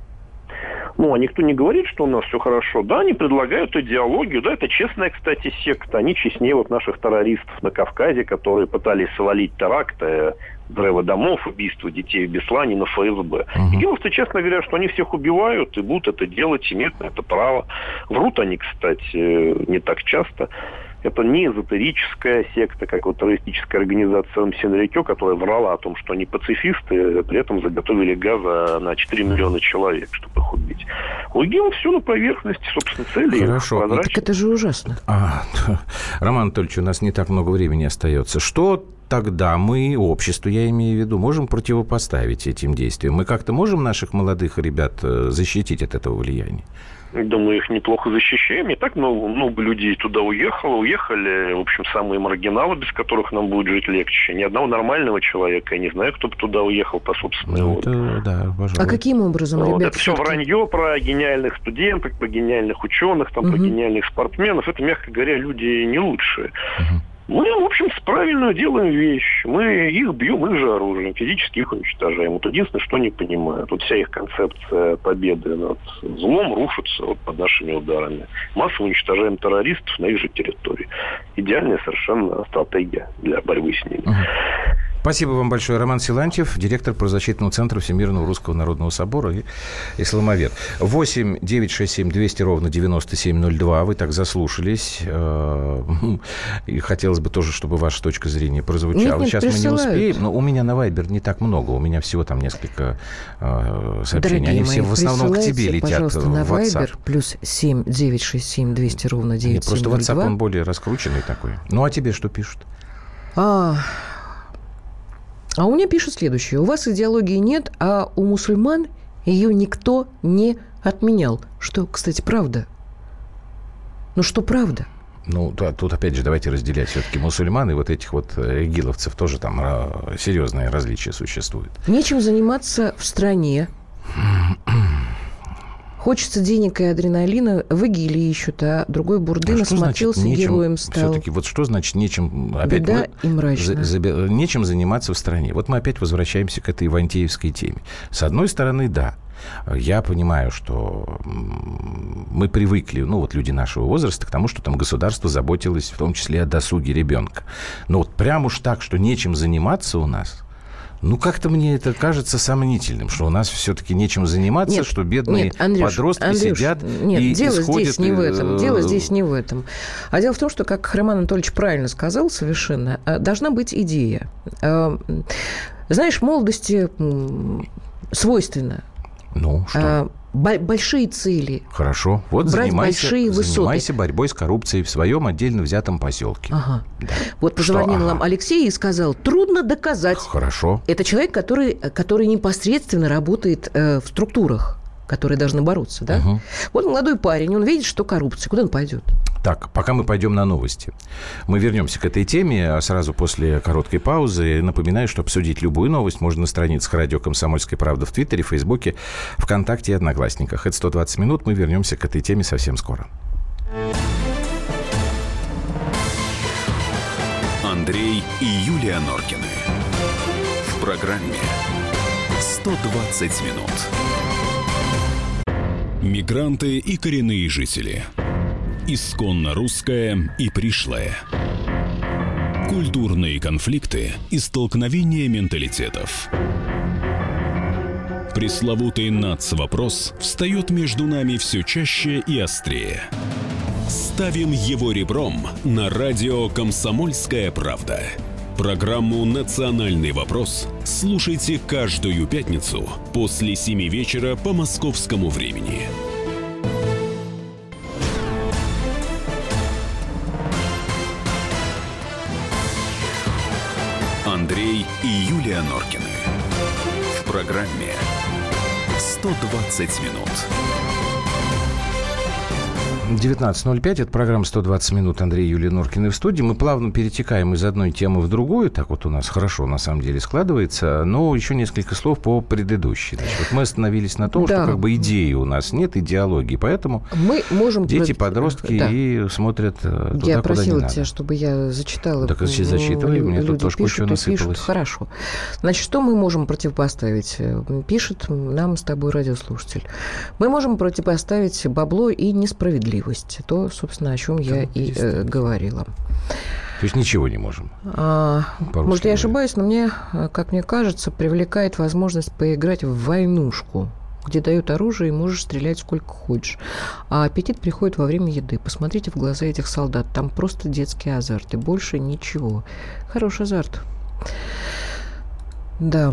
Ну, а никто не говорит, что у нас все хорошо. Да, они предлагают идеологию. Да, это честная, кстати, секта. Они честнее вот наших террористов на Кавказе, которые пытались свалить теракты, взрывы домов, убийства детей в Беслане на ФСБ. Игиловцы честно говорят, что они всех убивают и будут это делать, имеют на это право. Врут они, кстати, не так часто. Это не эзотерическая секта, как вот террористическая организация Ом-Синрикё, которая врала о том, что они пацифисты, при этом заготовили газа на 4 миллиона человек, чтобы их убить. У ИГИЛ все на поверхности, собственно, цели. Хорошо. Так это же ужасно. Роман Анатольевич, у нас не так много времени остается. Что тогда мы, общество, я имею в виду, можем противопоставить этим действиям? Мы как-то можем наших молодых ребят защитить от этого влияния? Думаю, их неплохо защищаем. Не так много людей туда уехало. Уехали, в общем, самые маргиналы, без которых нам будет жить легче. Ни одного нормального человека. Я не знаю, кто бы туда уехал по собственной воле. А каким образом, ребята? Это все вранье про гениальных студентов, про гениальных ученых, про гениальных спортсменов. Это, мягко говоря, люди не лучшие. Мы, в общем, правильную делаем вещь. Мы их бьем, их же оружием, физически их уничтожаем. Вот единственное, что не понимают. Вот вся их концепция победы над злом рушится вот под нашими ударами. Массово уничтожаем террористов на их же территории. Идеальная совершенно стратегия для борьбы с ними. Спасибо вам большое. Роман Силантьев, директор правозащитного центра Всемирного Русского Народного Собора и исламовед. 8 967 200 ровно 9702. Вы так заслушались. И хотелось бы тоже, чтобы ваша точка зрения прозвучала. Нет, сейчас мы не успеем. Но у меня на Вайбер не так много. У меня всего там несколько сообщений. Дорогие они все мои, в основном к тебе летят. Пожалуйста, на в WhatsApp. Вайбер плюс 7 967 200 ровно 9702. Просто WhatsApp, он более раскрученный такой. Ну, а тебе что пишут? А у меня пишут следующее. У вас идеологии нет, а у мусульман ее никто не отменял. Что, кстати, правда. Ну, что правда? Ну, тут опять же давайте разделять все-таки мусульман и вот этих вот игиловцев. Тоже там серьезные различия существуют. Нечем заниматься в стране. Хочется денег и адреналина, в ИГИЛе ищут, а другой бурды насмотрелся, героем стал. Все-таки вот что значит нечем... Опять беда и мрачно. Нечем заниматься в стране. Вот мы опять возвращаемся к этой ивантеевской теме. С одной стороны, да, я понимаю, что мы привыкли, ну вот люди нашего возраста, к тому, что там государство заботилось в том числе о досуге ребенка. Но вот прям уж так, что нечем заниматься у нас... Ну, как-то мне это кажется сомнительным, что у нас все-таки нечем заниматься, что бедные подростки сидят и дело исходят... здесь не в этом. Дело здесь не в этом. А дело в том, что, как Роман Анатольевич правильно сказал совершенно, должна быть идея. Знаешь, молодости свойственно. Ну, что? Большие цели. Хорошо. Вот занимайся борьбой с коррупцией в своем отдельно взятом поселке. Ага. Да. Вот позвонил нам Алексей и сказал, трудно доказать. Хорошо. Это человек, который непосредственно работает в структурах, которые должны бороться. Да? Угу. Вот молодой парень, он видит, что коррупция. Куда он пойдет? Так, пока мы пойдем на новости. Мы вернемся к этой теме сразу после короткой паузы. Напоминаю, что обсудить любую новость можно на страницах радио «Комсомольская правда» в Твиттере, Фейсбуке, ВКонтакте и Одноклассниках. Это 120 минут. Мы вернемся к этой теме совсем скоро. Андрей и Юлия Норкины. В программе «120 минут». Мигранты и коренные жители. Исконно русское и пришлое. Культурные конфликты и столкновения менталитетов. Пресловутый НАЦ-вопрос встает между нами все чаще и острее. Ставим его ребром на радио «Комсомольская правда». Программу «Национальный вопрос» слушайте каждую пятницу после 7 вечера по московскому времени. Андрей и Юлия Норкины. В программе «120 минут». 19.05. Это программа «120 минут». Андрей и Юлия Норкины в студии. Мы плавно перетекаем из одной темы в другую. Так вот у нас хорошо, на самом деле, складывается. Но еще несколько слов по предыдущей. Значит, вот мы остановились на том, что как бы идеи у нас нет, идеологии. Поэтому мы можем дети, подростки и смотрят туда, куда не надо. Я просила тебя, чтобы я зачитала. Так зачитывай, мне тут тоже кое-что насыпалось. Хорошо. Значит, что мы можем противопоставить? Пишет нам с тобой радиослушатель. Мы можем противопоставить бабло и несправедливость. То, собственно, о чем я и говорила. То есть ничего не можем? Может, я ошибаюсь, но мне, как мне кажется, привлекает возможность поиграть в войнушку, где дают оружие и можешь стрелять сколько хочешь. А аппетит приходит во время еды. Посмотрите в глаза этих солдат. Там просто детский азарт и больше ничего. Хороший азарт. Да.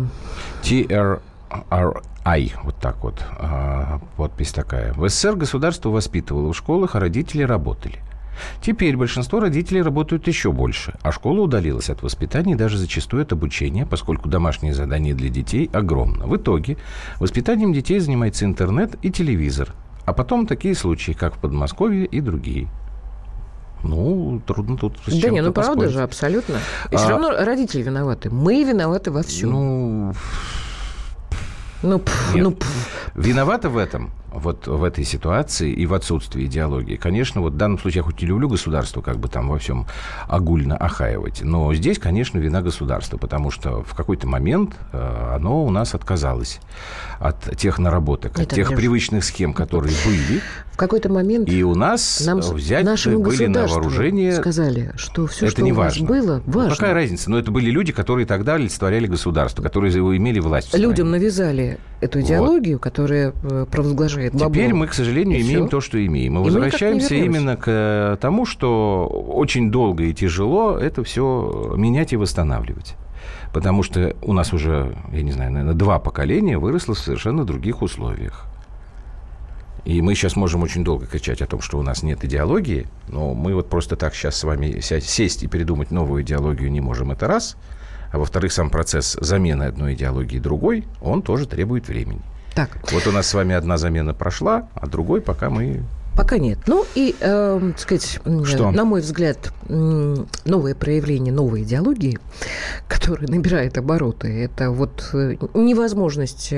Вот так вот. Подпись такая. В СССР государство воспитывало в школах, а родители работали. Теперь большинство родителей работают еще больше, а школа удалилась от воспитания и даже зачастую от обучения, поскольку домашние задания для детей огромно. В итоге воспитанием детей занимается интернет и телевизор. А потом такие случаи, как в Подмосковье и другие. Ну, трудно тут с чем-то правда поспорить. же, абсолютно. И все равно родители виноваты. Мы виноваты во всем. Виноваты в этом вот в этой ситуации и в отсутствии идеологии. Конечно, вот в данном случае я хоть и люблю государство, как бы там во всем огульно охаивать, но здесь, конечно, вина государства, потому что в какой-то момент оно у нас отказалось от тех наработок, от тех привычных схем, которые были. В какой-то момент и у нас взяты были на вооружение. Сказали, что все, это что не у вас важно. было, важно. Ну, какая разница? Но это были люди, которые тогда олицетворяли государство, которые имели власть. Людям навязали эту идеологию, которая провозглашает бабло. Теперь мы, к сожалению, имеем то, что имеем. Мы возвращаемся именно к тому, что очень долго и тяжело это все менять и восстанавливать. Потому что у нас уже, я не знаю, наверное, 2 поколения выросло в совершенно других условиях. И мы сейчас можем очень долго кричать о том, что у нас нет идеологии, но мы вот просто так сейчас с вами сесть и придумать новую идеологию не можем, это раз. А во-вторых, сам процесс замены одной идеологии другой, он тоже требует времени. Так. Вот у нас с вами одна замена прошла, а другой пока мы... Пока нет. Ну и, так сказать, на мой взгляд, новое проявление новой идеологии, которая набирает обороты, это вот невозможность...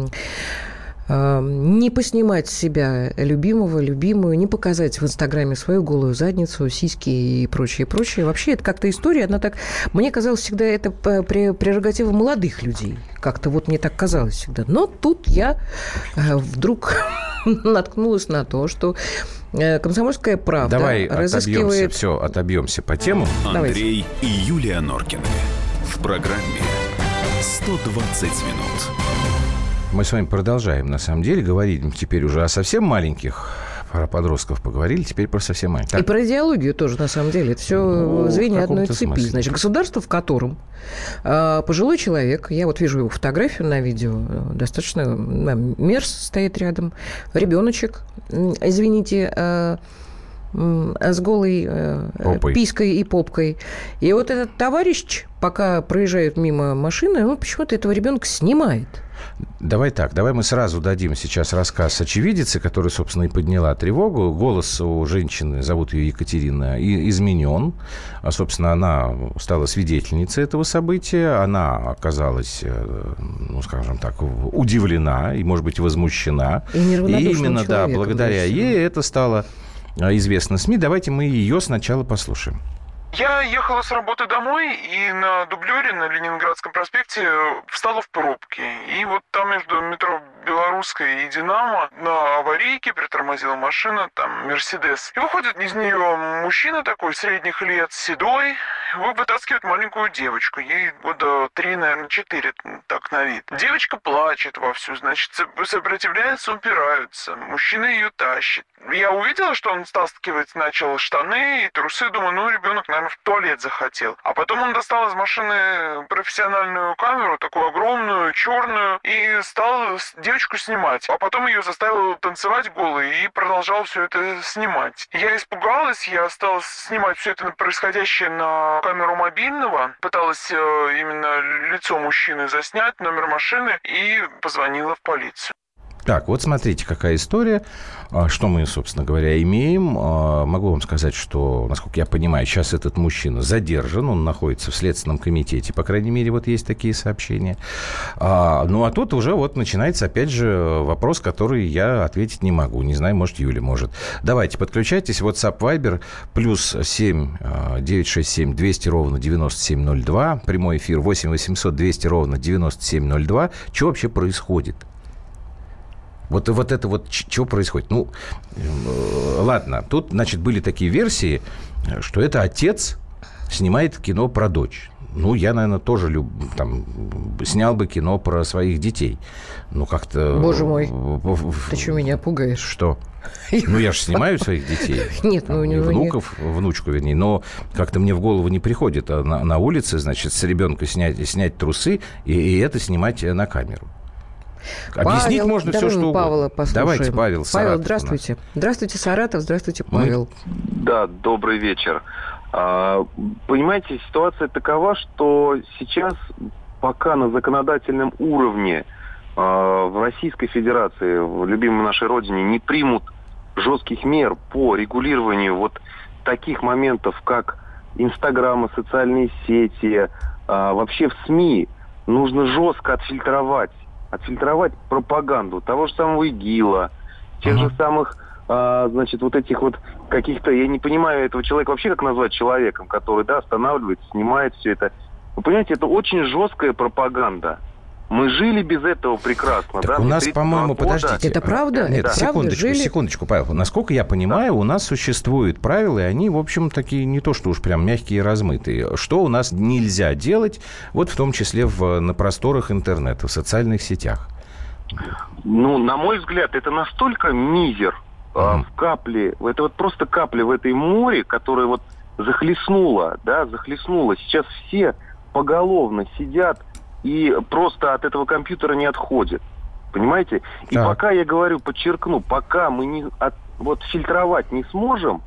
не поснимать с себя любимую, не показать в Инстаграме свою голую задницу, сиськи и прочее. Вообще, это как-то история, она так... Мне казалось всегда, это прерогатива молодых людей. Как-то вот мне так казалось всегда. Но тут я вдруг наткнулась на то, что «Комсомольская правда» разыскивает... отобьемся по тему. Андрей и Юлия Норкины. В программе «120 минут». Мы с вами продолжаем, на самом деле, говорить теперь уже о совсем маленьких, про подростков поговорили, теперь про совсем маленьких. И про идеологию тоже, на самом деле. Это все звенья одной цепи. Смысле. Значит, государство, в котором пожилой человек, я вот вижу его фотографию на видео, достаточно мерз стоит рядом, ребеночек, извините, с голой писькой и попкой. И вот этот товарищ, пока проезжают мимо машины, он почему-то этого ребенка снимает. Давай мы сразу дадим сейчас рассказ очевидицы, которая, собственно, и подняла тревогу. Голос у женщины, зовут ее Екатерина, изменен. Собственно, она стала свидетельницей этого события. Она оказалась, ну, скажем так, удивлена и, может быть, возмущена. И именно, да, благодаря ей это стало известно СМИ. Давайте мы ее сначала послушаем. Я ехала с работы домой, и на дублере на Ленинградском проспекте встала в пробке. И вот там между метро Белорусская и Динамо на аварийке притормозила машина, там, Мерседес. И выходит из нее мужчина такой, средних лет, седой, вытаскивает маленькую девочку. Ей года 3, наверное, 4, так на вид. Девочка плачет вовсю, значит, сопротивляется, упирается. Мужчина ее тащит. Я увидела, что он стаскивать начал штаны и трусы. Думаю, ну, ребенок, наверное, в туалет захотел. А потом он достал из машины профессиональную камеру, такую огромную, черную, и стал девочку снимать. А потом ее заставил танцевать голой и продолжал все это снимать. Я испугалась, я стала снимать все это происходящее на камеру мобильного, пыталась именно лицо мужчины заснять, номер машины, и позвонила в полицию. Так, вот смотрите, какая история. Что мы, собственно говоря, имеем. Могу вам сказать, что, насколько я понимаю, сейчас этот мужчина задержан, он находится в Следственном комитете, по крайней мере, вот есть такие сообщения. Ну, а тут уже вот начинается, опять же, вопрос, который я ответить не могу. Не знаю, может, Юля может. Давайте, подключайтесь. WhatsApp, Viber, +7 967 200 ровно 9702. Прямой эфир 8 800 200 ровно 9702. Что вообще происходит? Вот это вот что происходит? Ну, ладно, тут, значит, были такие версии, что это отец снимает кино про дочь. Ну, я, наверное, тоже снял бы кино про своих детей. Ну, как-то... Боже мой, ты что, меня пугаешь? Что? Ну, я же снимаю своих детей. Нет, ну у него внуков, внучку, вернее. Но как-то мне в голову не приходит на улице, значит, с ребенка снять трусы и это снимать на камеру. Объяснить Павел, можно все, что Павла угодно. Послушаем. Давайте, Павел, Саратов. Павел, здравствуйте. Здравствуйте, Саратов. Здравствуйте, Павел. Да, добрый вечер. Понимаете, ситуация такова, что сейчас пока на законодательном уровне в Российской Федерации, в любимой нашей родине, не примут жестких мер по регулированию вот таких моментов, как Инстаграм, социальные сети, вообще в СМИ, нужно жестко отфильтровать пропаганду того же самого ИГИЛа тех же самых, значит, вот этих вот каких-то, я не понимаю этого человека вообще как назвать человеком, который, да, останавливается, снимает все это. Вы понимаете, это очень жесткая пропаганда. Мы жили без этого прекрасно. Так да? у нас, по-моему, подождите. Это правда? Нет, это секундочку, Павел. Насколько я понимаю, у нас существуют правила, и они, в общем, такие не то, что уж прям мягкие и размытые. Что у нас нельзя делать, вот в том числе на просторах интернета, в социальных сетях? Ну, на мой взгляд, это настолько мизер в капле, это вот просто капля в этой море, которая вот захлестнула. Сейчас все поголовно сидят и просто от этого компьютера не отходят. Понимаете? И пока, я говорю, подчеркну, пока мы фильтровать не сможем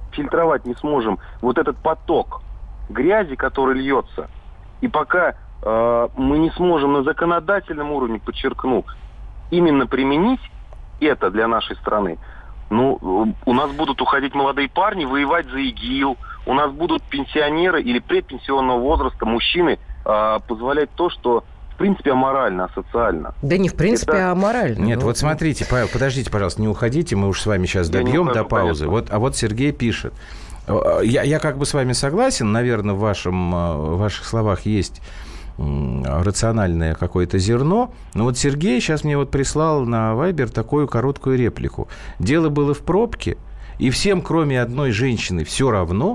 вот этот поток грязи, который льется, и пока мы не сможем на законодательном уровне, подчеркну, именно применить это для нашей страны, ну, у нас будут уходить молодые парни воевать за ИГИЛ, у нас будут пенсионеры или предпенсионного возраста мужчины позволять то, что в принципе аморально, асоциально. Да не в принципе, а аморально. Нет, вот смотрите, Павел, подождите, пожалуйста, не уходите, мы уж с вами сейчас добьем до паузы. Вот Сергей пишет. Я как бы с вами согласен, наверное, в ваших словах есть рациональное какое-то зерно. Но вот Сергей сейчас мне вот прислал на Вайбер такую короткую реплику. Дело было в пробке, и всем, кроме одной женщины, все равно.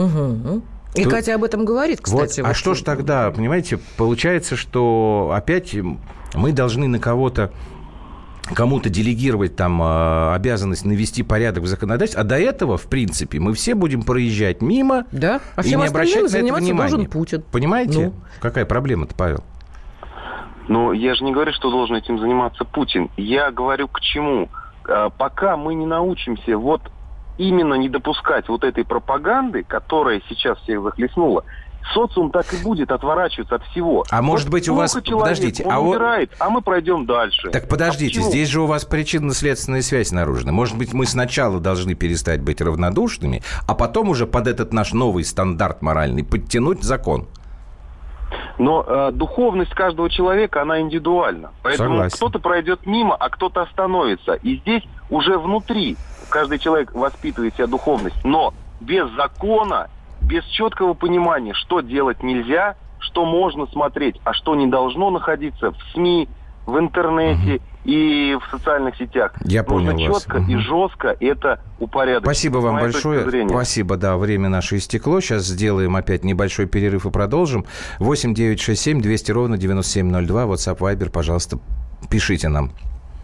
И Катя об этом говорит, кстати. Вот, что ж тогда, понимаете, получается, что опять мы должны на кому-то делегировать там обязанность навести порядок в законодательстве, а до этого, в принципе, мы все будем проезжать мимо, да? А и не обращать на это внимания. Должен Путин. Понимаете? Какая проблема-то, Павел? Ну, я же не говорю, что должен этим заниматься Путин. Я говорю к чему? Пока мы не научимся именно не допускать вот этой пропаганды, которая сейчас всех захлестнула, социум так и будет отворачиваться от всего. А может быть у вас... Подождите. Он убирает, а мы пройдем дальше. Так подождите, здесь же у вас причинно-следственная связь наружена. Может быть, мы сначала должны перестать быть равнодушными, а потом уже под этот наш новый стандарт моральный подтянуть закон? Но духовность каждого человека, она индивидуальна. Поэтому Согласен. Кто-то пройдет мимо, а кто-то остановится. И здесь уже внутри каждый человек воспитывает себя духовность. Но без закона, без четкого понимания, что делать нельзя, что можно смотреть, а что не должно находиться в СМИ, в интернете и в социальных сетях. Я понял вас. Нужно четко и жестко это упорядочить. Спасибо вам большое. Спасибо, да, время наше истекло. Сейчас сделаем опять небольшой перерыв и продолжим. 8 967 200 ровно 9702. WhatsApp, Viber, пожалуйста, пишите нам.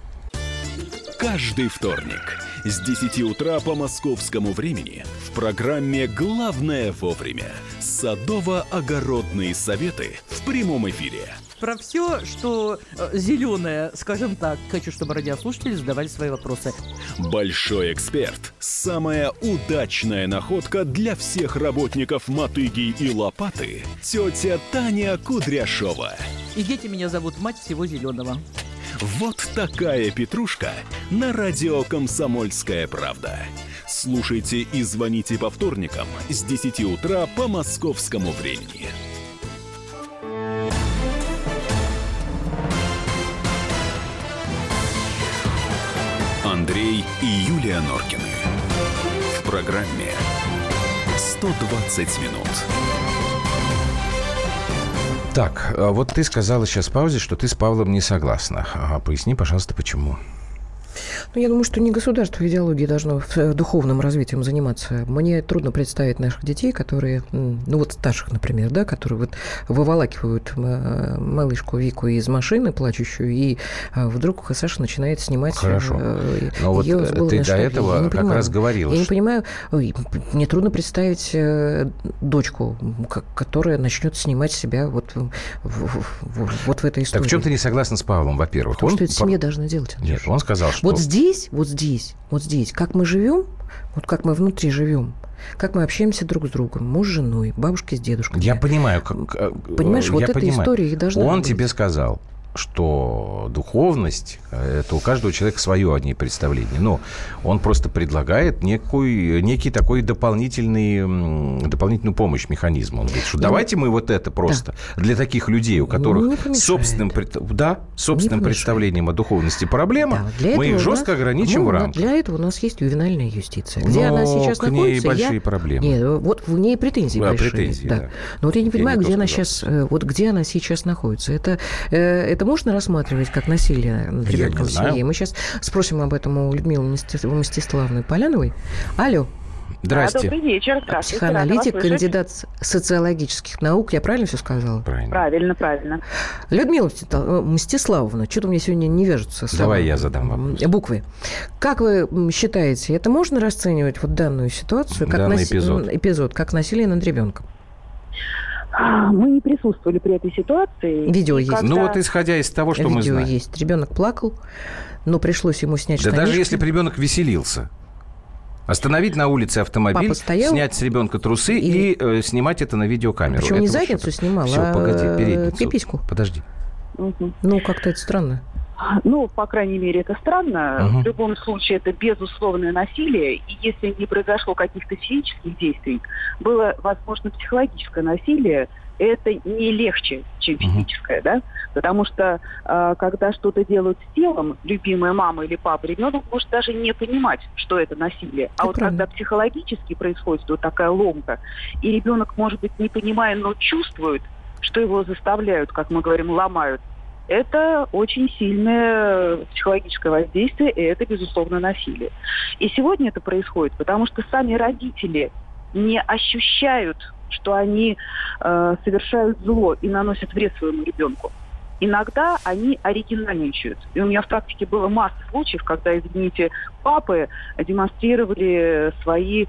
Каждый вторник с 10 утра по московскому времени в программе «Главное вовремя» садово-огородные советы в прямом эфире. Про все, что зеленое, скажем так, хочу, чтобы радиослушатели задавали свои вопросы. Большой эксперт. Самая удачная находка для всех работников мотыги и лопаты. Тетя Таня Кудряшова. И дети меня зовут мать всего зеленого. Вот такая петрушка на радио «Комсомольская правда». Слушайте и звоните по вторникам с 10 утра по московскому времени. Андрей и Юлия Норкины. В программе «120 минут». Так, вот ты сказала сейчас в паузе, что ты с Павлом не согласна. Поясни, пожалуйста, почему. Ну, я думаю, что не государство идеологии должно духовным развитием заниматься. Мне трудно представить наших детей, которые, ну вот старших, например, да, которые вот выволакивают малышку Вику из машины, плачущую, и вдруг Саша начинает снимать. Хорошо. Но вот ты до этого как раз говорила. Я не понимаю, мне трудно представить дочку, которая начнет снимать себя вот в этой истории. Так в чем ты не согласна с Павлом, во-первых? Потому что это семья должна делать. Нет, он сказал, что... Вот здесь, как мы живем, вот как мы внутри живем, как мы общаемся друг с другом, муж с женой, бабушки с дедушкой. Я понимаю. Понимаешь, вот эта история и должна Он быть. тебе сказал, что духовность, это у каждого человека свое о ней представление. Но он просто предлагает некий такой дополнительную помощь, механизм. Он говорит, что давайте мы вот это просто для таких людей, у которых собственным представлением о духовности проблема, мы их жестко ограничим в рамках. Для этого у нас есть ювенальная юстиция. Где она сейчас находится? К ней большие проблемы. Нет, вот в ней претензии большие. Претензии, да. Но вот я не понимаю, где она сейчас находится. Это можно рассматривать как насилие над ребенком в семье? Мы сейчас спросим об этом у Людмилы Мстиславовны Поляновой. Алло. Здрасте. Добрый вечер. Психоаналитик, кандидат социологических наук. Я правильно все сказала? Правильно. Людмила Мстиславовна, что-то мне сегодня не вяжутся слова. Давай я задам вопрос. Буквы. Как вы считаете, это можно расценивать вот данную ситуацию, как эпизод, как насилие над ребенком? Мы не присутствовали при этой ситуации. Видео есть. Ну вот исходя из того, что мы знаем. Видео есть. Ребенок плакал, но пришлось ему снять штанишки. Да даже если бы ребенок веселился. Остановить на улице автомобиль, снять с ребенка трусы и снимать это на видеокамеру. Причем не задницу снимал, передницу. пипиську. Подожди. Ну, как-то это странно. Ну, по крайней мере, это странно. В любом случае, это безусловное насилие. И если не произошло каких-то физических действий, было, возможно, психологическое насилие, это не легче, чем физическое, да? Потому что, когда что-то делают с телом, любимая мама или папа, ребенок может даже не понимать, что это насилие. А вот когда психологически происходит вот такая ломка, и ребенок, может быть, не понимая, но чувствует, что его заставляют, как мы говорим, ломают, это очень сильное психологическое воздействие, и это, безусловно, насилие. И сегодня это происходит, потому что сами родители не ощущают, что они совершают зло и наносят вред своему ребенку. Иногда они оригинальничают. И у меня в практике было масса случаев, когда, извините, папы демонстрировали свои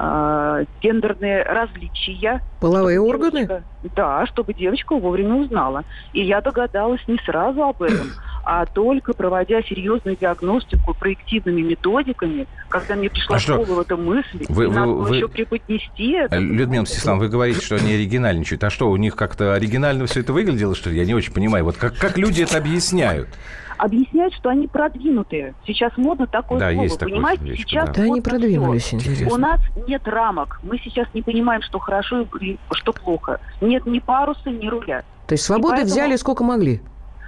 гендерные различия. Половые органы? Да, чтобы девочка вовремя узнала. И я догадалась не сразу об этом, а только проводя серьезную диагностику проективными методиками, когда мне пришла в голову эта мысль, надо еще преподнести это. Людмила Мстиславовна, вы говорите, что они оригинальничают. А что, у них как-то оригинально все это выглядело, что ли? Я не очень понимаю. Вот как люди это объясняют? Объясняют, что они продвинутые. Сейчас модно такое слово. Есть понимаете, такое сейчас да, они продвинулись, интересно. У нас нет рамок. Мы сейчас не понимаем, что хорошо и что плохо. Нет ни паруса, ни руля. То есть свободы взяли сколько могли?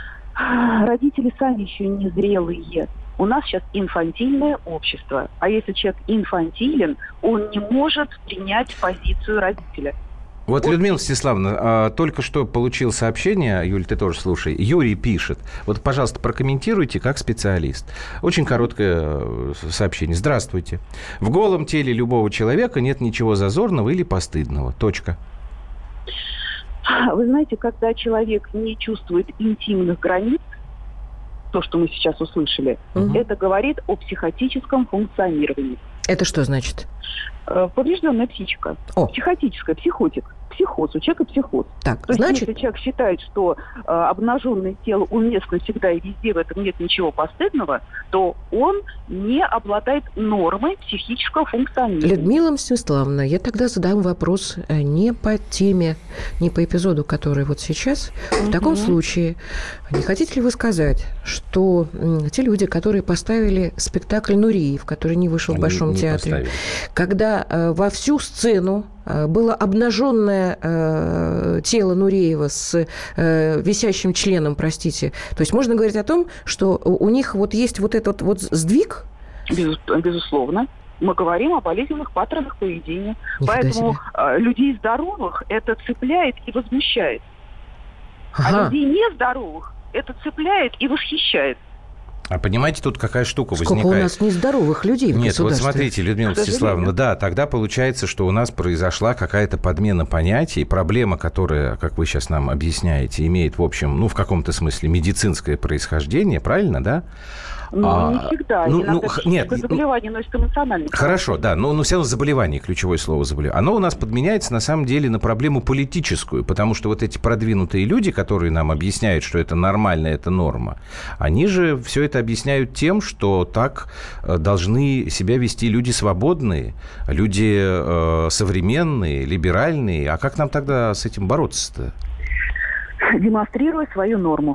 Родители сами еще не зрелые. У нас сейчас инфантильное общество. А если человек инфантилен, он не может принять позицию родителя. Вот, Людмила Мстиславовна, только что получил сообщение, Юль, ты тоже слушай, Юрий пишет, вот, пожалуйста, прокомментируйте как специалист. Очень короткое сообщение. Здравствуйте. В голом теле любого человека нет ничего зазорного или постыдного. Точка. Вы знаете, когда человек не чувствует интимных границ, то, что мы сейчас услышали, это говорит о психотическом функционировании. Это что значит? Поврежденная психика. Психотическая, психотик. Психоз, у человека психоз. Так, то значит... есть, если человек считает, что обнаженное тело уместно всегда и везде, в этом нет ничего постыдного, то он не обладает нормой психического функционирования. Людмила Мстиславовна, я тогда задам вопрос не по теме, не по эпизоду, который вот сейчас. В таком случае, не хотите ли вы сказать, что те люди, которые поставили спектакль «Нуриев», который не вышел в Большом театре, когда во всю сцену было обнаженное тело Нуреева с висящим членом, простите. То есть можно говорить о том, что у них вот есть вот этот вот сдвиг? Безусловно. Мы говорим о болезненных паттернах поведения. Поэтому людей здоровых это цепляет и возмущает. А людей нездоровых это цепляет и восхищает. А понимаете, тут какая штука возникает? Сколько у нас нездоровых людей в государстве? Нет, вот смотрите, Людмила Мстиславовна, да, тогда получается, что у нас произошла какая-то подмена понятий, проблема, которая, как вы сейчас нам объясняете, имеет, в общем, в каком-то смысле медицинское происхождение, правильно, да? Не всегда. Нет, заболевание носит эмоциональный. Хорошо, да, но все равно заболевание, ключевое слово заболевание. Оно у нас подменяется, на самом деле, на проблему политическую, потому что вот эти продвинутые люди, которые нам объясняют, что это нормально, это норма, они же все это объясняют тем, что так должны себя вести люди свободные, люди современные, либеральные. А как нам тогда с этим бороться-то? Демонстрируя свою норму.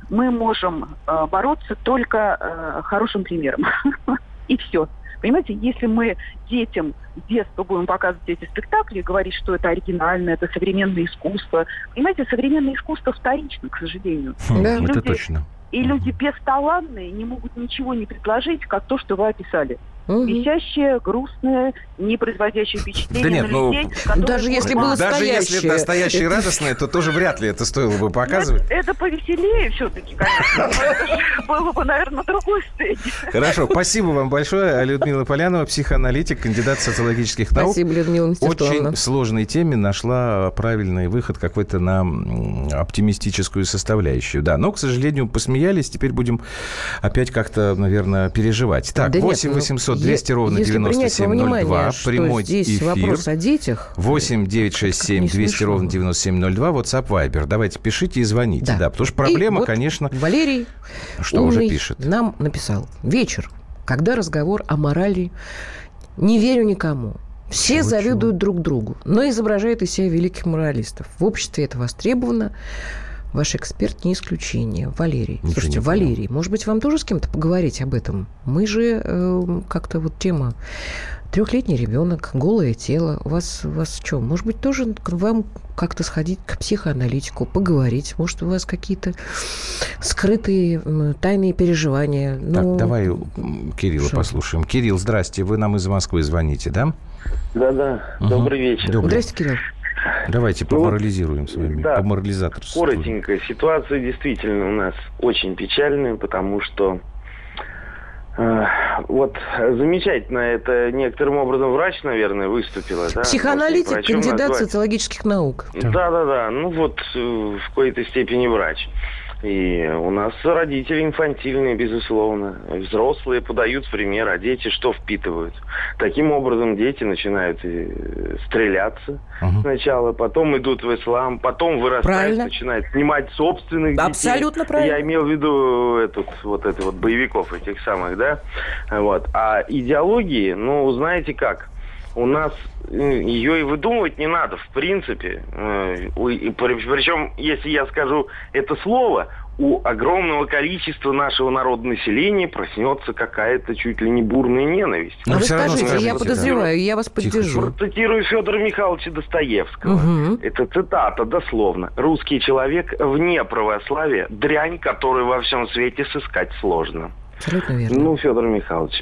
мы можем бороться только хорошим примером. И все. Понимаете, если мы детям с детства будем показывать эти спектакли, говорить, что это оригинально, это современное искусство. Понимаете, современное искусство вторично, к сожалению. Да, это точно. И люди бесталанные не могут ничего не предложить, как то, что вы описали. Висящее, грустное, не производящее впечатление на людей. Даже если было даже если это настоящее и радостное, то тоже вряд ли это стоило бы показывать. Это повеселее все-таки, конечно. Это было бы, наверное, на другой сцене. Хорошо, спасибо вам большое. Людмила Полянова, психоаналитик, кандидат социологических наук. Спасибо, Людмила Мстиславовна. Очень сложной теме нашла правильный выход какой-то на оптимистическую составляющую. Да, но, к сожалению, посмеялись. Теперь будем опять как-то, наверное, переживать. Так, 8 800 200 ровно 9702. Прямой здесь эфир. Вопрос о детях. 8 967 200 ровно 9702. WhatsApp, Viber. Давайте пишите и звоните. Да, потому что проблема, конечно... Валерий что уже пишет? Нам написал. Вечер, когда разговор о морали, не верю никому. Все завидуют друг другу, но изображают из себя великих моралистов. В обществе это востребовано. Ваш эксперт не исключение. Валерий. Слушайте, Валерий, может быть, вам тоже с кем-то поговорить об этом? Мы же как-то вот тема 3-летний ребенок, голое тело. У вас что? Может быть, тоже вам как-то сходить к психоаналитику, поговорить? Может, у вас какие-то скрытые тайные переживания? Так, давай Кирилла послушаем. Кирилл, здрасте. Вы нам из Москвы звоните, да? Да. Добрый вечер. Здрасте, Кирилл. Давайте поморализируем с вами. Да, поморализаторствуем. коротенько. Ситуация действительно у нас очень печальная, потому что вот замечательно, это некоторым образом врач, наверное, выступила. Да? Психоаналитик, кандидат социологических наук. Да. Ну вот в какой-то степени врач. И у нас родители инфантильные, безусловно. Взрослые подают пример, а дети что впитывают? Таким образом, дети начинают стреляться сначала, потом идут в ислам, потом вырастают, начинают снимать собственных детей. Абсолютно правильно. Я имел в виду боевиков этих самых, да? Вот. А идеологии, знаете как? У нас ее и выдумывать не надо, в принципе. Причем, если я скажу это слово, у огромного количества нашего народного населения проснется какая-то чуть ли не бурная ненависть. А вы скажите, я подозреваю, я вас поддержу. Процитирую Федора Михайловича Достоевского. Это цитата, дословно. «Русский человек вне православия – дрянь, которую во всем свете сыскать сложно». Абсолютно верно. Федор Михайлович.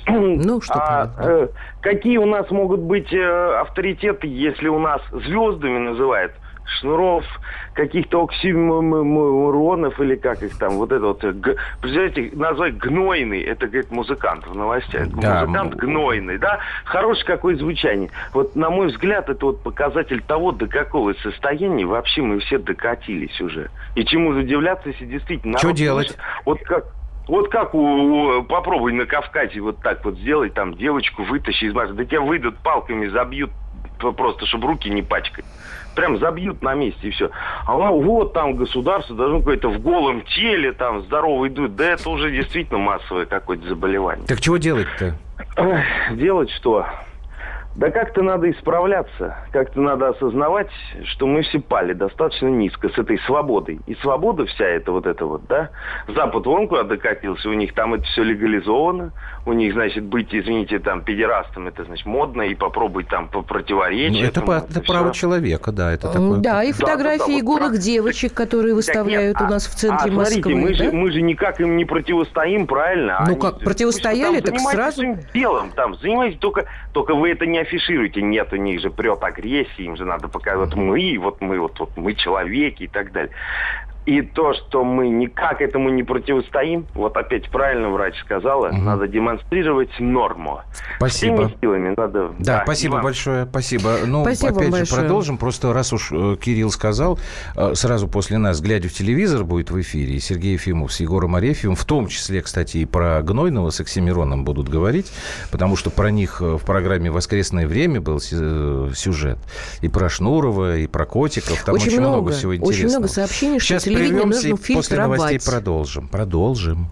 Какие у нас могут быть авторитеты, если у нас звездами называют Шнуров, каких-то оксимиронов или как их там, представляете, назвать гнойный, это, говорит, музыкант в новостях. Да, музыкант гнойный, да? Хорошее какое звучание. Вот, на мой взгляд, это показатель того, до какого состояния вообще мы все докатились уже. И чему удивляться, если действительно... Что делать? Вот как попробуй на Кавказе вот так вот сделать, там девочку вытащи из машины, да тебя выйдут палками, забьют просто, чтобы руки не пачкать. Прям забьют на месте и все. А вот там государство должно какое-то в голом теле, там здоровый идут. Да это уже действительно массовое какое-то заболевание. Так чего делать-то? Делать что? Да как-то надо исправляться, как-то надо осознавать, что мы все пали достаточно низко с этой свободой. И свобода вся эта да? Запад вон куда докатился, у них там это все легализовано, у них, значит, быть, извините, там, педерастом, это, значит, модно, и попробовать там противоречить. Это право человека, да, это такое. Да, и фотографии голых девочек, которые выставляют у нас в центре Москвы. Смотрите, мы же никак им не противостоим, правильно? Ну как, противостояли, так сразу... Занимайтесь делом, занимайтесь, только вы это не афишируйте. Нет, у них же прет агрессия, им же надо показать, мы человеки и так далее. И то, что мы никак этому не противостоим, вот опять правильно врач сказала, надо демонстрировать норму. Спасибо. Всеми силами надо... Да, спасибо большое, спасибо. Спасибо опять большое. Же, продолжим. Просто раз уж Кирилл сказал, сразу после нас, глядя в телевизор, будет в эфире и Сергей Ефимов с Егором Арефьевым, в том числе, кстати, и про Гнойного с Оксимироном будут говорить, потому что про них в программе «Воскресное время» был сюжет. И про Шнурова, и про котиков. Там очень много всего интересного. Очень много сообщений, что сейчас прервемся и после новостей продолжим.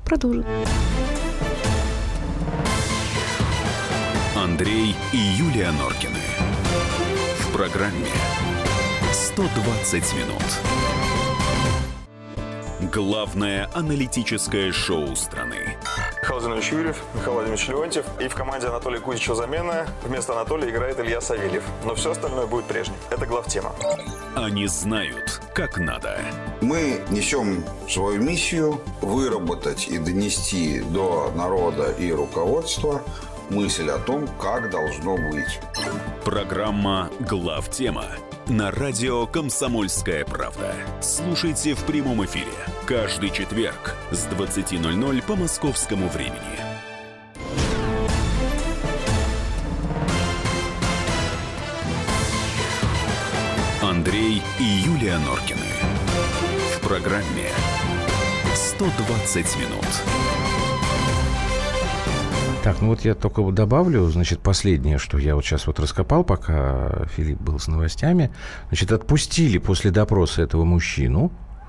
Андрей и Юлия Норкины. В программе «120 минут». Главное аналитическое шоу страны. Михаил Владимирович Юрьев, Михаил Владимирович Леонтьев. И в команде Анатолия Кузичева замена. Вместо Анатолия играет Илья Савельев. Но все остальное будет прежним. Это главтема. Они знают, как надо. Мы несем свою миссию выработать и донести до народа и руководства мысль о том, как должно быть. Программа «Главтема» на радио «Комсомольская правда». Слушайте в прямом эфире каждый четверг с 20:00 по московскому времени. Андрей и Юлия Норкины. В программе «120 минут». Так, ну вот я только добавлю, значит, последнее, что я вот сейчас вот раскопал, пока Филипп был с новостями. Значит, отпустили после допроса этого мужчину.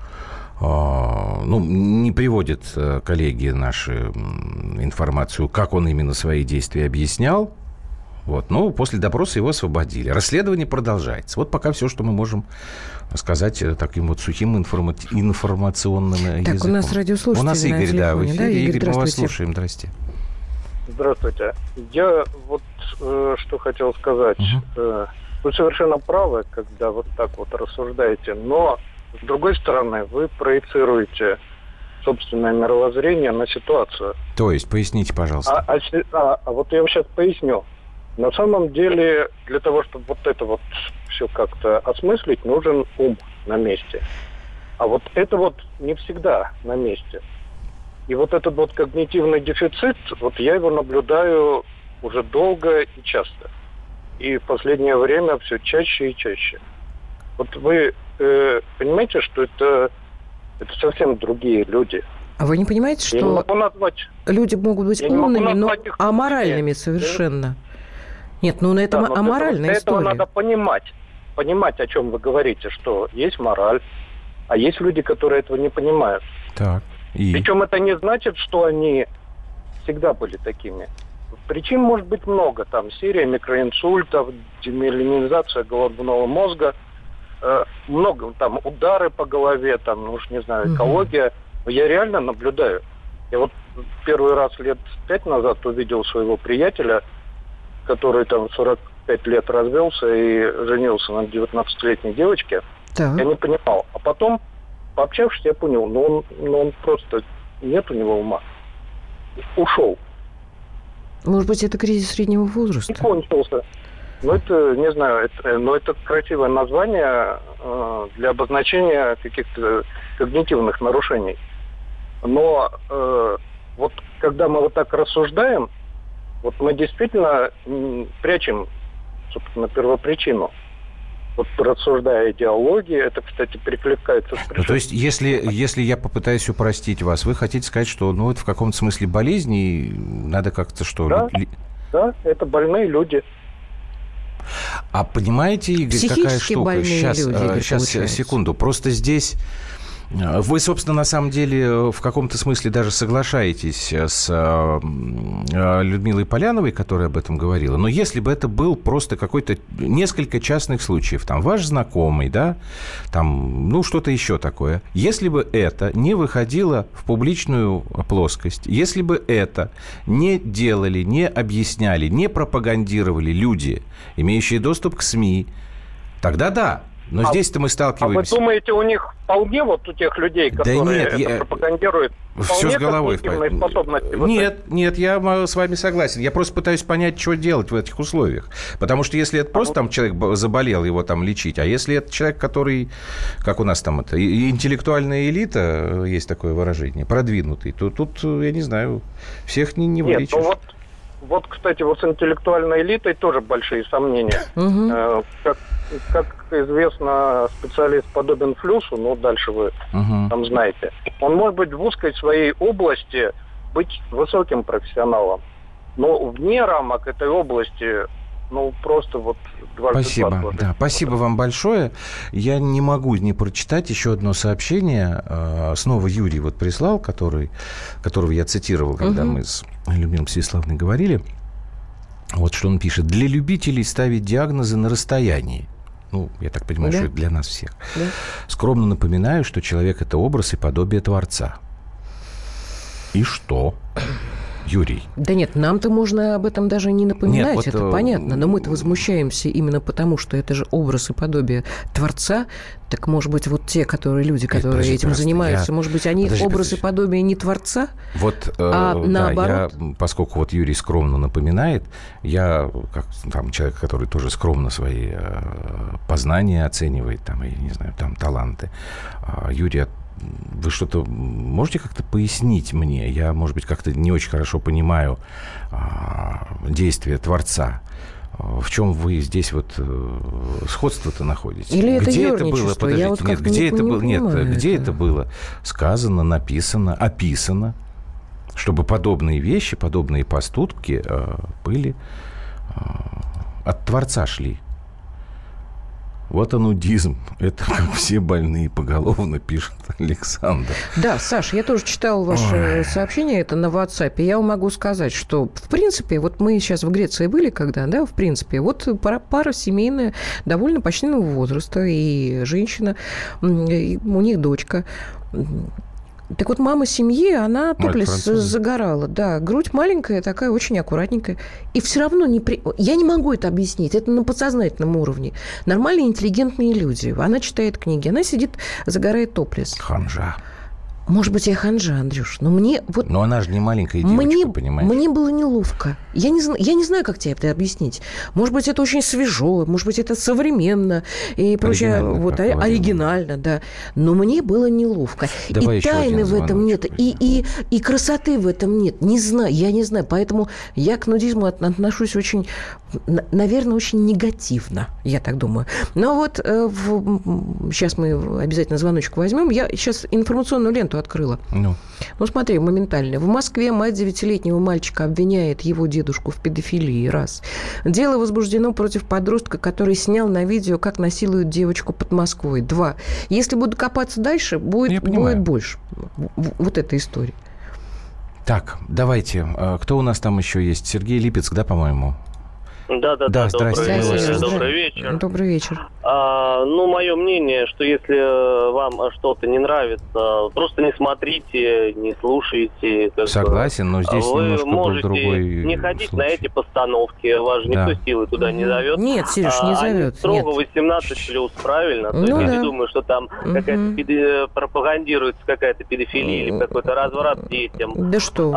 Ну, не приводят коллеги наши информацию, как он именно свои действия объяснял. Вот, но после допроса его освободили. Расследование продолжается. Вот пока все, что мы можем сказать таким вот сухим информационным языком. Так, у нас радиослушатель. У нас Игорь, телефоне, да, в эфире. Да, Игорь, мы вас слушаем. Здрасте. Здравствуйте. Я вот что хотел сказать. Вы совершенно правы, когда вот так вот рассуждаете, но с другой стороны вы проецируете собственное мировоззрение на ситуацию. То есть, поясните, пожалуйста. А вот я вам сейчас поясню. На самом деле, для того, чтобы вот это вот все как-то осмыслить, нужен ум на месте. А вот это вот не всегда на месте. И вот этот вот когнитивный дефицит, вот я его наблюдаю уже долго и часто. И в последнее время все чаще и чаще. Вот вы понимаете, что это совсем другие люди. А вы не понимаете, что люди могут быть умными, но аморальными совершенно? Нет, ну на этом аморальная история. Для этого надо понимать, о чем вы говорите, что есть мораль, а есть люди, которые этого не понимают. Так. Причем это не значит, что они всегда были такими. Причин может быть много. Там серия микроинсультов, демиелинизация головного мозга, много там удары по голове, там, ну уж не знаю, экология. Но я реально наблюдаю. Я вот первый раз лет 5 назад увидел своего приятеля, который там 45 лет развелся и женился на 19-летней девочке. Так. Я не понимал. А потом, пообщавшись, я понял, но он просто, нет у него ума. Ушел. Может быть, это кризис среднего возраста? И кончился. Ну, это, не знаю, но это красивое название для обозначения каких-то когнитивных нарушений. Но вот когда мы вот так рассуждаем, вот мы действительно прячем, собственно, первопричину. Вот рассуждая о идеологии, это, кстати, перекликается с... Ну, то есть, если я попытаюсь упростить вас, вы хотите сказать, что, ну, это в каком-то смысле болезни, и надо как-то что... Да, это больные люди. А понимаете, Игорь, какая штука? Сейчас, секунду. Просто здесь... Вы, собственно, на самом деле в каком-то смысле даже соглашаетесь с Людмилой Поляновой, которая об этом говорила. Но если бы это был просто какой-то несколько частных случаев, там ваш знакомый, да, там, ну, что-то еще такое. Если бы это не выходило в публичную плоскость, если бы это не делали, не объясняли, не пропагандировали люди, имеющие доступ к СМИ, тогда да. Но здесь-то мы сталкиваемся... А вы думаете, у них вполне вот у тех людей, которые это пропагандируют, все с головой. Способности? Нет, я с вами согласен. Я просто пытаюсь понять, что делать в этих условиях. Потому что если это просто там человек заболел, его там лечить, а если это человек, который, как у нас там это, интеллектуальная элита, есть такое выражение, продвинутый, то тут, я не знаю, всех не вылечишь. Нет, ну вот, кстати, вот с интеллектуальной элитой тоже большие сомнения. Как известно, специалист подобен флюсу, но дальше вы там знаете. Он может быть в узкой своей области, быть высоким профессионалом, но вне рамок этой области, ну, просто вот... Спасибо, да, спасибо вам большое. Я не могу не прочитать еще одно сообщение. Снова Юрий вот прислал, которого я цитировал, когда мы с Людмилой Всеславной говорили. Вот что он пишет. Для любителей ставить диагнозы на расстоянии. Ну, я так понимаю, Да. что это для нас всех. Да. Скромно напоминаю, что человек – это образ и подобие Творца. И что? Юрий. Да нет, нам-то можно об этом даже не напоминать, Нет, вот, это понятно. Но мы-то возмущаемся именно потому, что это же образ и подобие Творца. Так, может быть, вот те люди, которые подожди, этим занимаются, может быть, они образ и подобие не Творца, а наоборот? Я, поскольку вот Юрий скромно напоминает, я, как там человек, который тоже скромно свои познания оценивает, там, я не знаю, там, таланты, Юрий, вы что-то можете как-то пояснить мне? Я, может быть, как-то не очень хорошо понимаю действия Творца. В чем вы здесь вот сходство-то находите? Или это где это было? ёрничество? Подождите, Я вот нет, как-то где не это было? Нет, понимаю где это. это было сказано, написано, описано, чтобы подобные вещи, подобные поступки были от Творца шли? Вот анудизм. Это как все больные поголовно, пишет Александр. Да, Саш, я тоже читала ваше сообщение, это на WhatsApp. Я вам могу сказать, что, в принципе, вот мы сейчас в Греции были когда, да, в принципе, вот пара семейная, довольно почтенного возраста, и женщина, и у них дочка. Так вот, мама семьи, она топлес загорала. Да, грудь маленькая, такая очень аккуратненькая. И все равно я не могу это объяснить. Это на подсознательном уровне. Нормальные, интеллигентные люди. Она читает книги, она сидит, загорает топлес. Ханжа. Может быть, я ханжа, Андрюш, но мне вот... Но она же не маленькая девочка, понимаешь? Мне было неловко. Я не знаю, как тебе это объяснить. Может быть, это очень свежо, может быть, это современно и прочее. Вот, оригинально, да. Но мне было неловко. Давай и тайны в этом нет, и красоты в этом нет. Не знаю, я не знаю. Поэтому я к нудизму отношусь очень, наверное, очень негативно, я так думаю. Но вот сейчас мы обязательно звоночек возьмем. Я сейчас информационную ленту открыла. Ну, смотри, моментально. В Москве мать 9-летнего мальчика обвиняет его дедушку в педофилии. Раз. Дело возбуждено против подростка, который снял на видео, как насилуют девочку под Москвой. 2. Если буду копаться дальше, будет больше. Вот эта история. Так, давайте. Кто у нас там еще есть? Сергей Липецк, да, по-моему? Да, здрасте. Добрый вечер. Добрый вечер. Мое мнение, что если вам что-то не нравится, просто не смотрите, не слушайте. Согласен, но здесь немножко был другой не ходить случай. на эти постановки, вас же никто силой туда не зовет. Нет, Сереж, не зовет. Они строго 18+, правильно? То есть я не думаю, что там какая-то пропагандируется какая-то педофилия или какой-то разврат детям. Да что?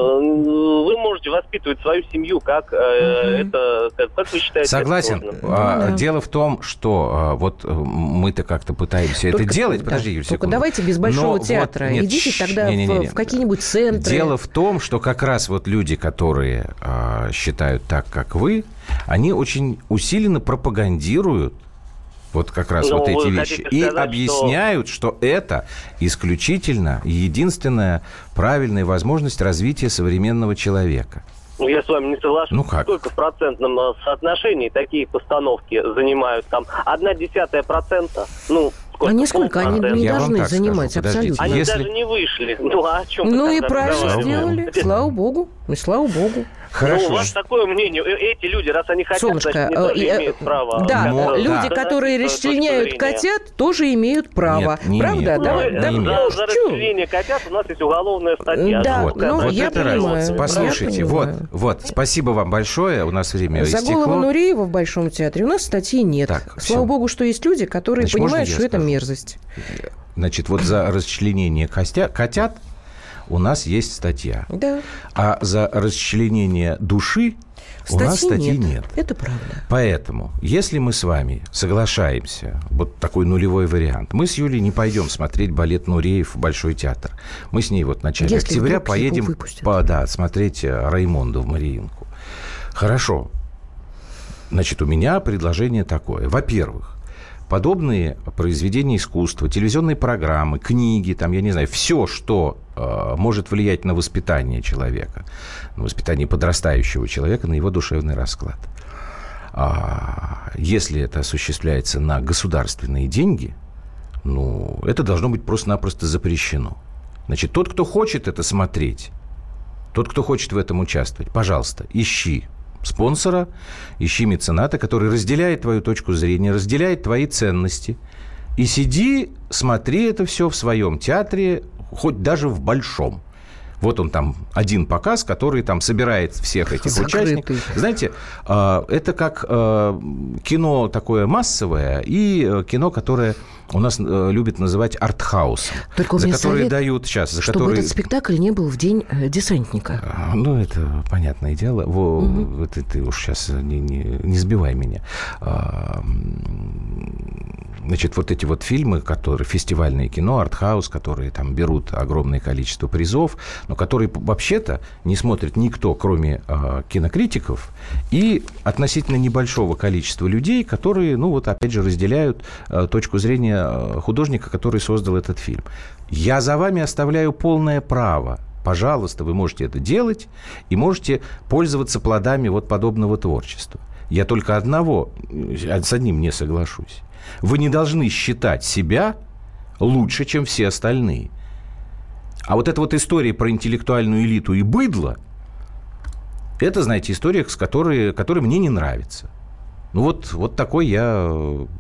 Вы можете воспитывать свою семью, как это, как вы считаете? Согласен. Дело в том, что вот мы-то как-то пытаемся это делать. Подожди, Юрий, секунду. Только давайте без Большого театра. Идите тогда в какие-нибудь центры. Дело в том, что как раз вот люди, которые считают так, как вы, они очень усиленно пропагандируют вот как раз вот эти вещи. И объясняют, что это исключительно единственная правильная возможность развития современного человека. Я с вами не соглашусь. Ну как? Сколько в процентном соотношении такие постановки занимают? Там 0,1%? Ну, сколько? Они сколько? Они не должны занимать абсолютно. Они даже не вышли. Ну, а о чем Ну и правильно сделали. Слава богу. И слава богу. Хорошо. Ну, у вас такое мнение. Эти люди, раз они хотят, Солнышко, значит, они тоже имеют право. Да, люди, которые расчленяют котят, тоже имеют право. Нет, правда? За расчленение котят у нас есть уголовная статья. Да, вот я это понимаю. разница. Послушайте, вот, спасибо вам большое. У нас время За истекло. голову Нуреева в Большом театре у нас статьи нет. Так, слава богу, что есть люди, которые понимают, что это мерзость. Значит, вот за расчленение котят у нас есть статья. Да. А за расчленение души у нас статьи нет. Это правда. Поэтому, если мы с вами соглашаемся, вот такой нулевой вариант, мы с Юлей не пойдем смотреть балет Нуреев в Большой театр. Мы с ней вот в начале октября поедем смотреть Раймонду в Мариинку. Хорошо. Значит, у меня предложение такое. Во-первых, подобные произведения искусства, телевизионные программы, книги, там, я не знаю, все, что может влиять на воспитание человека, на воспитание подрастающего человека, на его душевный расклад. Если это осуществляется на государственные деньги, ну, это должно быть просто-напросто запрещено. Значит, тот, кто хочет это смотреть, тот, кто хочет в этом участвовать, пожалуйста, ищи спонсора, ищи мецената, который разделяет твою точку зрения, разделяет твои ценности. И сиди, смотри это все в своем театре, хоть даже в большом. Вот он там один показ, который там собирает всех этих участников. Знаете, это как кино такое массовое и кино, которое у нас любят называть артхаусом. Только за которые дают сейчас. Чтобы этот спектакль не был в день десантника. Ну, это понятное дело. Ты уж сейчас не сбивай меня. Значит, вот эти вот фильмы, которые фестивальное кино, артхаус, которые там берут огромное количество призов, но которые вообще-то не смотрит никто, кроме кинокритиков и относительно небольшого количества людей, которые, ну вот опять же, разделяют точку зрения художника, который создал этот фильм. Я за вами оставляю полное право. Пожалуйста, вы можете это делать и можете пользоваться плодами вот подобного творчества. Я только с одним не соглашусь. Вы не должны считать себя лучше, чем все остальные. А вот эта вот история про интеллектуальную элиту и быдло, это, знаете, история, которая мне не нравится. Ну вот такой я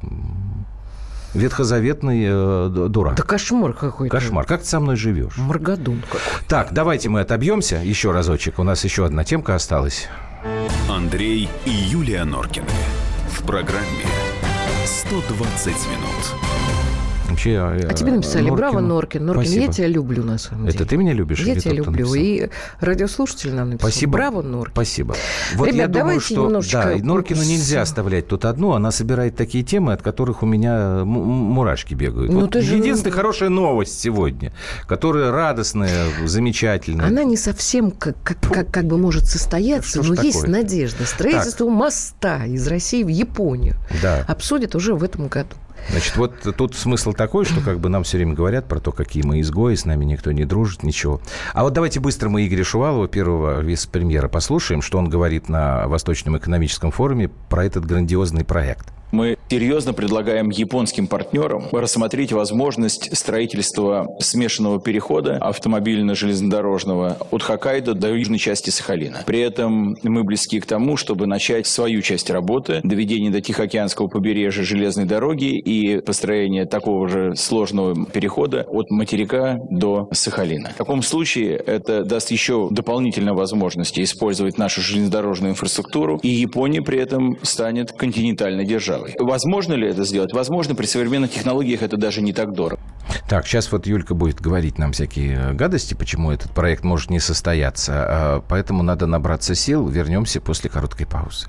ветхозаветный дурак. Да кошмар какой-то. Кошмар. Как ты со мной живешь? Маргадун какой-то. Так, давайте мы отобьемся еще разочек. У нас еще одна темка осталась. Андрей и Юлия Норкины. В программе 120 минут. Вообще, а тебе написали: браво, Норкин. Норкин, спасибо. Я тебя люблю, на самом деле. Это ты меня любишь? Я тебя люблю. И радиослушатели нам написали: спасибо. Браво, Норкин. Спасибо. Вот ребят, я думаю, что Норкину нельзя оставлять тут одну. Она собирает такие темы, от которых у меня мурашки бегают. Вот единственная хорошая новость сегодня, которая радостная, замечательная. Она не совсем как бы может состояться, но есть надежда. Строительство моста из России в Японию обсудят уже в этом году. Значит, вот тут смысл такой, что как бы нам все время говорят про то, какие мы изгои, с нами никто не дружит, ничего. А вот давайте быстро мы Игоря Шувалова, первого вице-премьера, послушаем, что он говорит на Восточном экономическом форуме про этот грандиозный проект. Мы серьезно предлагаем японским партнерам рассмотреть возможность строительства смешанного перехода автомобильно-железнодорожного от Хоккайдо до южной части Сахалина. При этом мы близки к тому, чтобы начать свою часть работы, доведение до Тихоокеанского побережья железной дороги и построение такого же сложного перехода от материка до Сахалина. В таком случае это даст еще дополнительную возможность использовать нашу железнодорожную инфраструктуру, и Япония при этом станет континентальной державой. Возможно ли это сделать? Возможно, при современных технологиях это даже не так дорого. Так, сейчас вот Юлька будет говорить нам всякие гадости, почему этот проект может не состояться. Поэтому надо набраться сил. Вернемся после короткой паузы.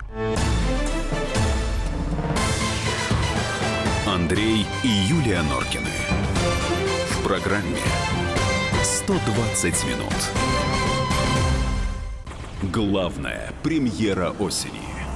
Андрей и Юлия Норкины. В программе 120 минут. Главная премьера осени.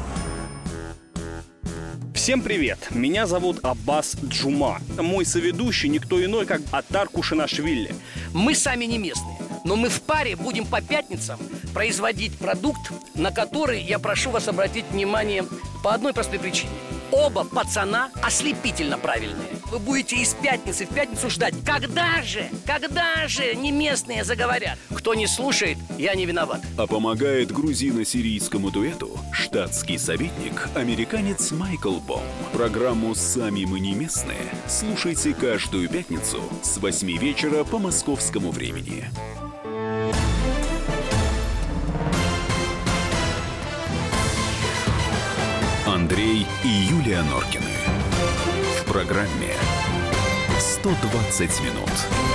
Всем привет! Меня зовут Аббас Джума. Мой соведущий никто иной, как Атар Кушанашвили. Мы сами не местные, но мы в паре будем по пятницам производить продукт, на который я прошу вас обратить внимание по одной простой причине. Оба пацана ослепительно правильные. Вы будете из пятницы в пятницу ждать. Когда же не местные заговорят? Кто не слушает, я не виноват. А помогает грузино-сирийскому дуэту штатский советник, американец Майкл Бом. Программу «Сами мы не местные» слушайте каждую пятницу с 8 вечера по московскому времени. Андрей и Юлия Норкины. В программе 120 минут.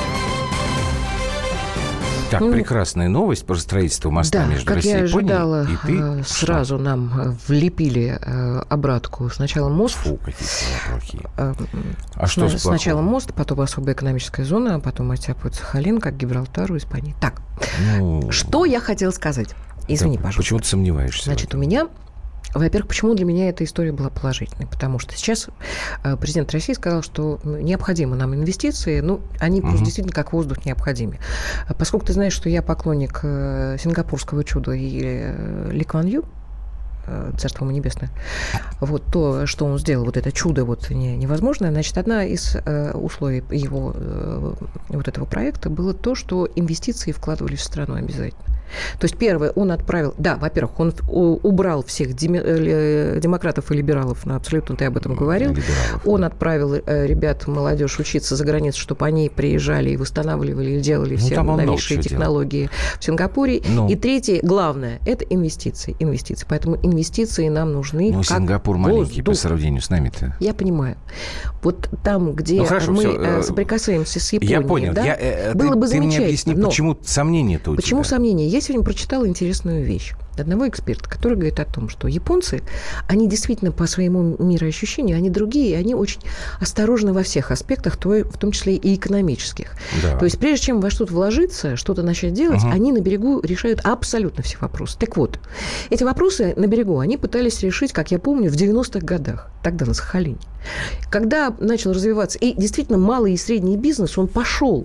Так, прекрасная новость про строительство моста между Россией и Японией. Да, как я ожидала, сразу нам влепили обратку. Сначала мост. Фу, какие слова плохие. Сначала мост, потом особая экономическая зона, а потом оттяпают Сахалин, как Гибралтар у Испании. Так, что я хотела сказать? Извини, пожалуйста. Почему ты сомневаешься? Значит, у меня... Во-первых, почему для меня эта история была положительной? Потому что сейчас президент России сказал, что необходимы нам инвестиции, они просто действительно как воздух необходимы. Поскольку ты знаешь, что я поклонник сингапурского чуда и Ли Куан Ю, царство ему небесное, вот то, что он сделал, вот это чудо невозможное, значит, одна из условий его вот этого проекта было то, что инвестиции вкладывались в страну обязательно. То есть, первое, он отправил... Да, во-первых, он убрал всех демократов и либералов, абсолютно ты об этом говорил. Он отправил ребят, молодежь учиться за границу, чтобы они приезжали и восстанавливали, и делали все новейшие технологии в Сингапуре. И третье, главное, это инвестиции. Поэтому инвестиции нам нужны. Ну, Сингапур маленький по сравнению с нами-то. Я понимаю. Вот там, где мы соприкасаемся с Японией, я понял. Да, было бы ты замечательно. Мне объясни, почему сомнения-то у тебя? Почему сомнения? Я сегодня прочитала интересную вещь одного эксперта, который говорит о том, что японцы, они действительно по своему мироощущению, они другие, и они очень осторожны во всех аспектах, в том числе и экономических. Да. То есть прежде чем во что-то вложиться, что-то начать делать, они на берегу решают абсолютно все вопросы. Так вот, эти вопросы на берегу они пытались решить, как я помню, в 90-х годах, тогда на Сахалине. Когда начал развиваться, и действительно малый и средний бизнес, он пошел.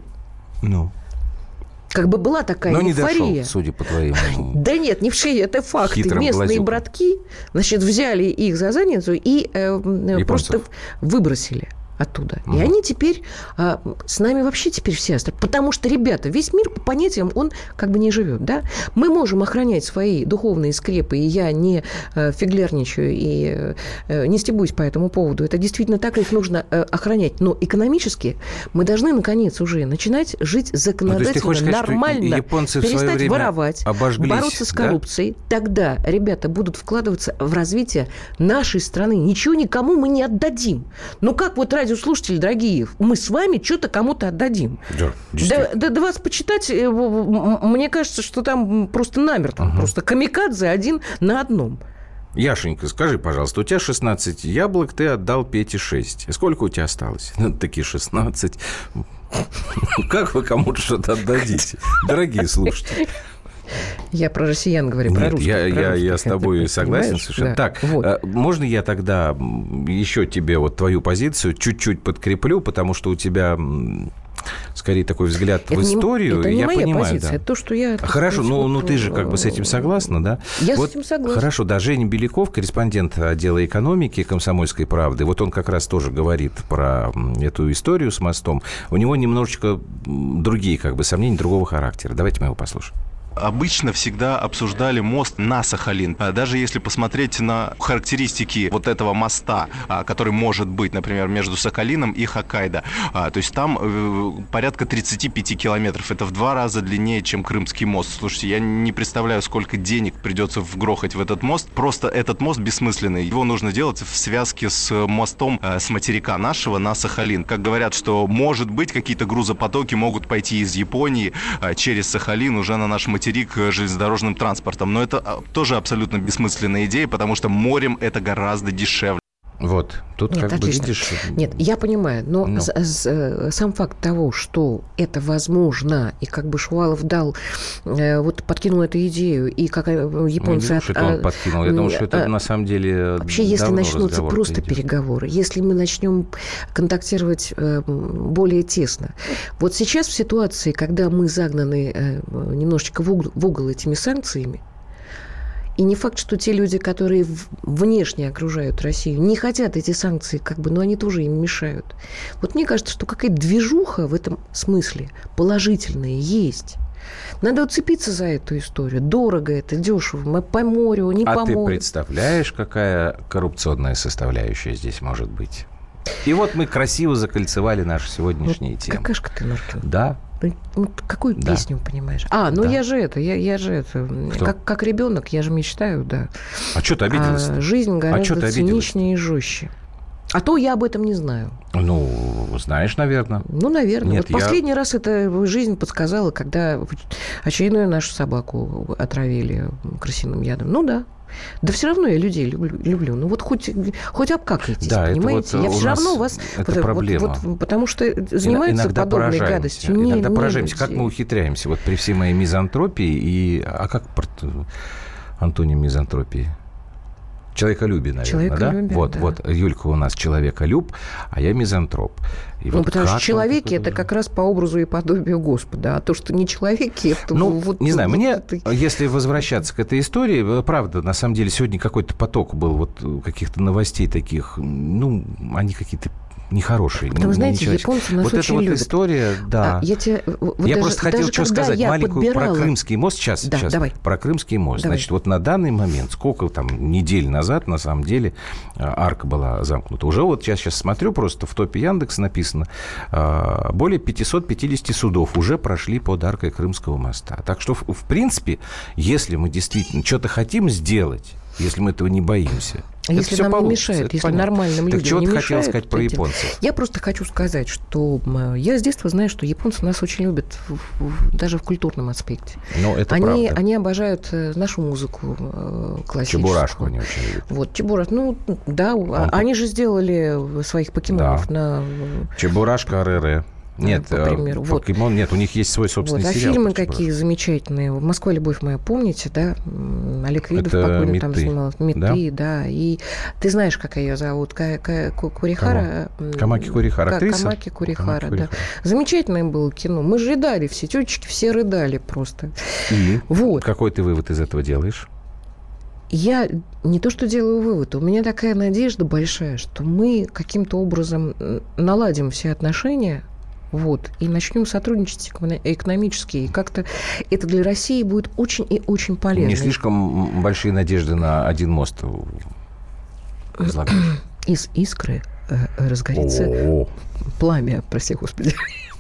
Как бы была такая эйфория. Но не дошел, судя по твоему... Да нет, не все, это факты. Местные братки, значит, взяли их за задницу и просто выбросили оттуда. И они теперь с нами вообще теперь все остались. Потому что, ребята, весь мир по понятиям, он как бы не живет. Да? Мы можем охранять свои духовные скрепы, и я не фиглярничаю и не стебусь по этому поводу. Это действительно так, их нужно охранять. Но экономически мы должны, наконец, уже начинать жить законодательно, нормально, перестать воровать, бороться с коррупцией. Да? Тогда ребята будут вкладываться в развитие нашей страны. Ничего никому мы не отдадим. Но как вот радиослушатели, дорогие, мы с вами что-то кому-то отдадим. Да вас почитать, мне кажется, что там просто намертво. Просто камикадзе один на одном. Яшенька, скажи, пожалуйста, у тебя 16 яблок, ты отдал Пете 6. Сколько у тебя осталось? Такие 16. Как вы кому-то что-то отдадите, дорогие слушатели? Я про россиян говорю, про русских. Я с тобой согласен совершенно. Да. Так, вот. Можно я тогда еще тебе вот твою позицию чуть-чуть подкреплю, потому что у тебя... скорее такой взгляд в историю. Это не я моя понимаю, позиция, да. Это то, что я... Хорошо, ну ты же как бы с этим согласна, да? Я с этим согласна. Хорошо, да, Женя Беляков, корреспондент отдела экономики «Комсомольской правды», вот он как раз тоже говорит про эту историю с мостом. У него немножечко другие как бы сомнения, другого характера. Давайте мы его послушаем. Обычно всегда обсуждали мост на Сахалин. Даже если посмотреть на характеристики вот этого моста, который может быть, например, между Сахалином и Хоккайдо, то есть там порядка 35 километров. Это в 2 раза длиннее, чем Крымский мост. Слушайте, я не представляю, сколько денег придется вгрохать в этот мост. Просто этот мост бессмысленный. Его нужно делать в связке с мостом с материка нашего на Сахалин. Как говорят, что, может быть, какие-то грузопотоки могут пойти из Японии через Сахалин уже на наш материк железнодорожным транспортом. Но это тоже абсолютно бессмысленная идея, потому что морем это гораздо дешевле. Вот, тут нет, как бы видишь... Нет, я понимаю, но сам факт того, что это возможно, и как бы Шувалов дал, вот подкинул эту идею, и как японцы... он подкинул, я думаю, что это на самом деле вообще, если начнутся просто переговоры, если мы начнем контактировать более тесно. Вот сейчас в ситуации, когда мы загнаны немножечко в угол этими санкциями, и не факт, что те люди, которые внешне окружают Россию, не хотят эти санкции, как бы, но они тоже им мешают. Вот мне кажется, что какая-то движуха в этом смысле положительная есть. Надо уцепиться за эту историю. Дорого это, дешево. Мы по морю, не по морю. А ты представляешь, какая коррупционная составляющая здесь может быть? И вот мы красиво закольцевали наши сегодняшние темы. Какашка ты, Норкин. Да. Какую песню, понимаешь? Я же это, как ребенок, я же мечтаю, да. А что ты обиделась? Жизнь гораздо циничнее и жестче. А то я об этом не знаю. Ну, знаешь, наверное. Ну, наверное. Нет, вот последний раз эта жизнь подсказала, когда очередную нашу собаку отравили крысиным ядом. Ну, да. Да все равно я людей люблю. Ну вот хоть обкакайтесь, да, понимаете? Я все равно вас... Это проблема. Потому что занимаются подобной гадостью. Иногда поражаемся. Как мы ухитряемся вот при всей моей мизантропии. А как антоним мизантропии? Человеколюбие, наверное, да? Вот, Юлька у нас человеколюб, а я мизантроп. И вот потому что человеки – это как раз по образу и подобию Господа. А то, что не человеки, это... не знаю, мне, если возвращаться к этой истории, правда, на самом деле, сегодня какой-то поток был вот каких-то новостей таких, они какие-то нехороший. Вы знаете, японцы нас вот очень эта любят. Вот история, да. Я просто хотел что сказать маленькую про Крымский мост. Сейчас, про Крымский мост. Значит, вот на данный момент, сколько там недель назад, на самом деле, арка была замкнута. Уже вот сейчас смотрю, просто в топе Яндекса написано, более 550 судов уже прошли под аркой Крымского моста. Так что, в принципе, если мы действительно что-то хотим сделать, если мы этого не боимся, если нам не мешает, если нормальным людям не мешает. Так чего ты хотел сказать про японцев? Я просто хочу сказать, что я с детства знаю, что японцы нас очень любят даже в культурном аспекте. Но это правда. Они обожают нашу музыку классическую. Чебурашку они очень любят. Вот, Чебурашку. Да, они же сделали своих покемонов на... Чебурашка РР. Нет, по примеру. Покемон, нет, у них есть свой собственный сериал. А фильмы какие замечательные. «Москва, любовь моя», помните, да? Олег Видов покойный там снимал. «Меты», да. И ты знаешь, как ее зовут? Курихара? Камаки Курихара, актриса? Камаки Курихара, да. Замечательное было кино. Мы же рыдали, все тетечки все рыдали просто. И какой ты вывод из этого делаешь? Я не то что делаю вывод, у меня такая надежда большая, что мы каким-то образом наладим все отношения, и начнем сотрудничать экономически. И как-то это для России будет очень и очень полезно. Не слишком большие надежды на один мост излагаешь? Из искры разгорится пламя, прости господи.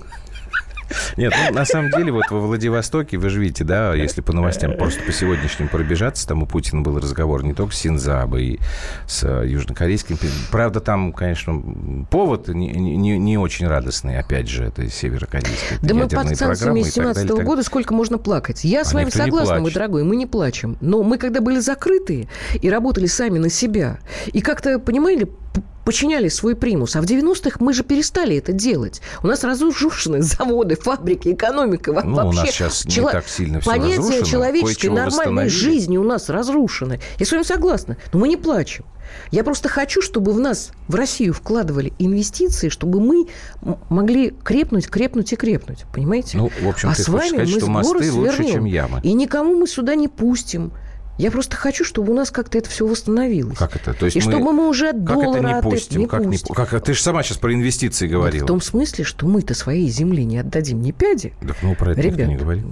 Нет, на самом деле, вот во Владивостоке, вы же видите, да, если по новостям просто по сегодняшним пробежаться, там у Путина был разговор не только с Синдзо Абэ и с южнокорейским. Правда, там, конечно, повод не очень радостный, опять же, это северокорейская ядерная программа. Да мы под санкциями 2017 года сколько можно плакать. Я с вами согласна, мой дорогой, мы не плачем. Но мы, когда были закрытые и работали сами на себя, и как-то, понимаете, подчиняли свой примус. А в 90-х мы же перестали это делать. У нас разрушены заводы, фабрики, экономика. Вообще, у нас сейчас не так сильно все разрушено. Понятие человеческой нормальной жизни у нас разрушено. Я с вами согласна. Но мы не плачем. Я просто хочу, чтобы в нас, в Россию, вкладывали инвестиции, чтобы мы могли крепнуть. Понимаете? В общем, ты хочешь сказать, что мосты лучше, чем ямы. И никому мы сюда не пустим. Я просто хочу, чтобы у нас как-то это все восстановилось. Как это? То есть чтобы мы уже от доллара от этого не пустим. Ты же сама сейчас про инвестиции говорила. В том смысле, что мы-то своей земли не отдадим ни пяди. Так, про это никто не говорит.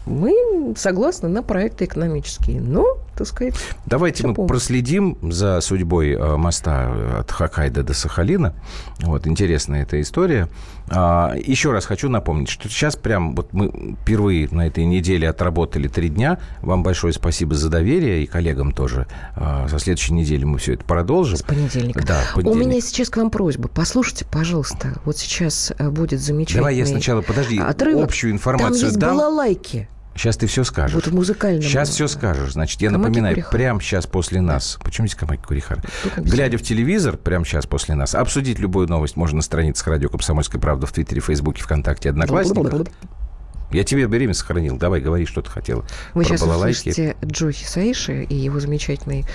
Мы согласны на проекты экономические. Но, так сказать... Давайте мы проследим за судьбой моста от Хоккайдо до Сахалина. Интересная эта история. Еще раз хочу напомнить, что сейчас прям мы впервые на этой неделе отработали 3 дня. Вам большое спасибо за доверие, и коллегам тоже. Со следующей недели мы все это продолжим. С понедельника. Да, У меня сейчас к вам просьба. Послушайте, пожалуйста, вот сейчас будет замечательный Давай я сначала, подожди, отрывок. Общую информацию там есть дам. балалайки. Сейчас ты все скажешь. Вот в музыкальном. Сейчас все скажешь. Значит, я напоминаю, прямо сейчас после нас, почему здесь Камаки Курихара? Глядя в телевизор, прямо сейчас после нас, обсудить любую новость можно на страницах радио «Комсомольская правда» в Твиттере, Фейсбуке, ВКонтакте, Одноклассниках. Я тебе время сохранил. Давай, говори, что ты хотела. Вы сейчас услышите Джо Хисаиши и его замечательную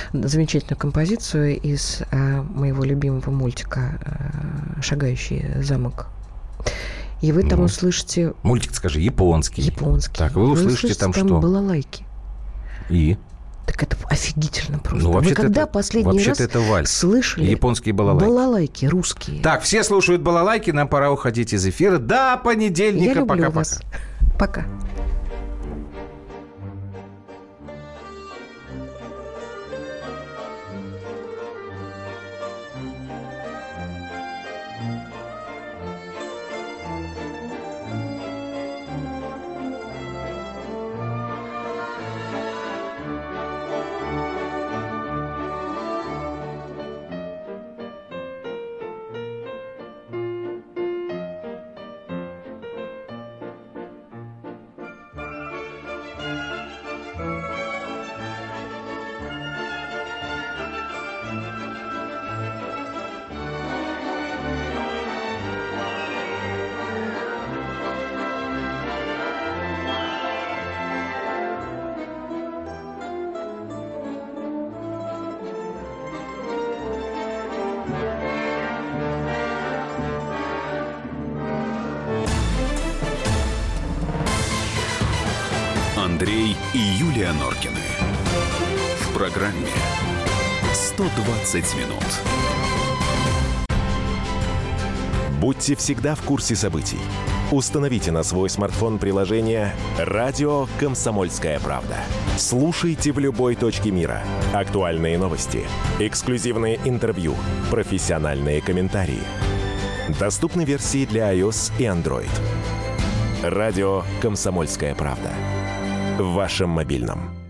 композицию из моего любимого мультика «Шагающий замок». И вы там услышите... Мультик, скажи, японский. Японский. Так, вы услышите там что? Там балалайки. И? Так это офигительно просто. Вы когда последний раз это вальс. Слышали японские балалайки? Балалайки русские. Так, все слушают балалайки, нам пора уходить из эфира. До понедельника. Я люблю вас. Пока. Андрей и Юлия Норкины. В программе «120 минут». Будьте всегда в курсе событий. Установите на свой смартфон приложение «Радио Комсомольская правда». Слушайте в любой точке мира. Актуальные новости, эксклюзивные интервью, профессиональные комментарии. Доступны версии для iOS и Android. «Радио Комсомольская правда». В вашем мобильном.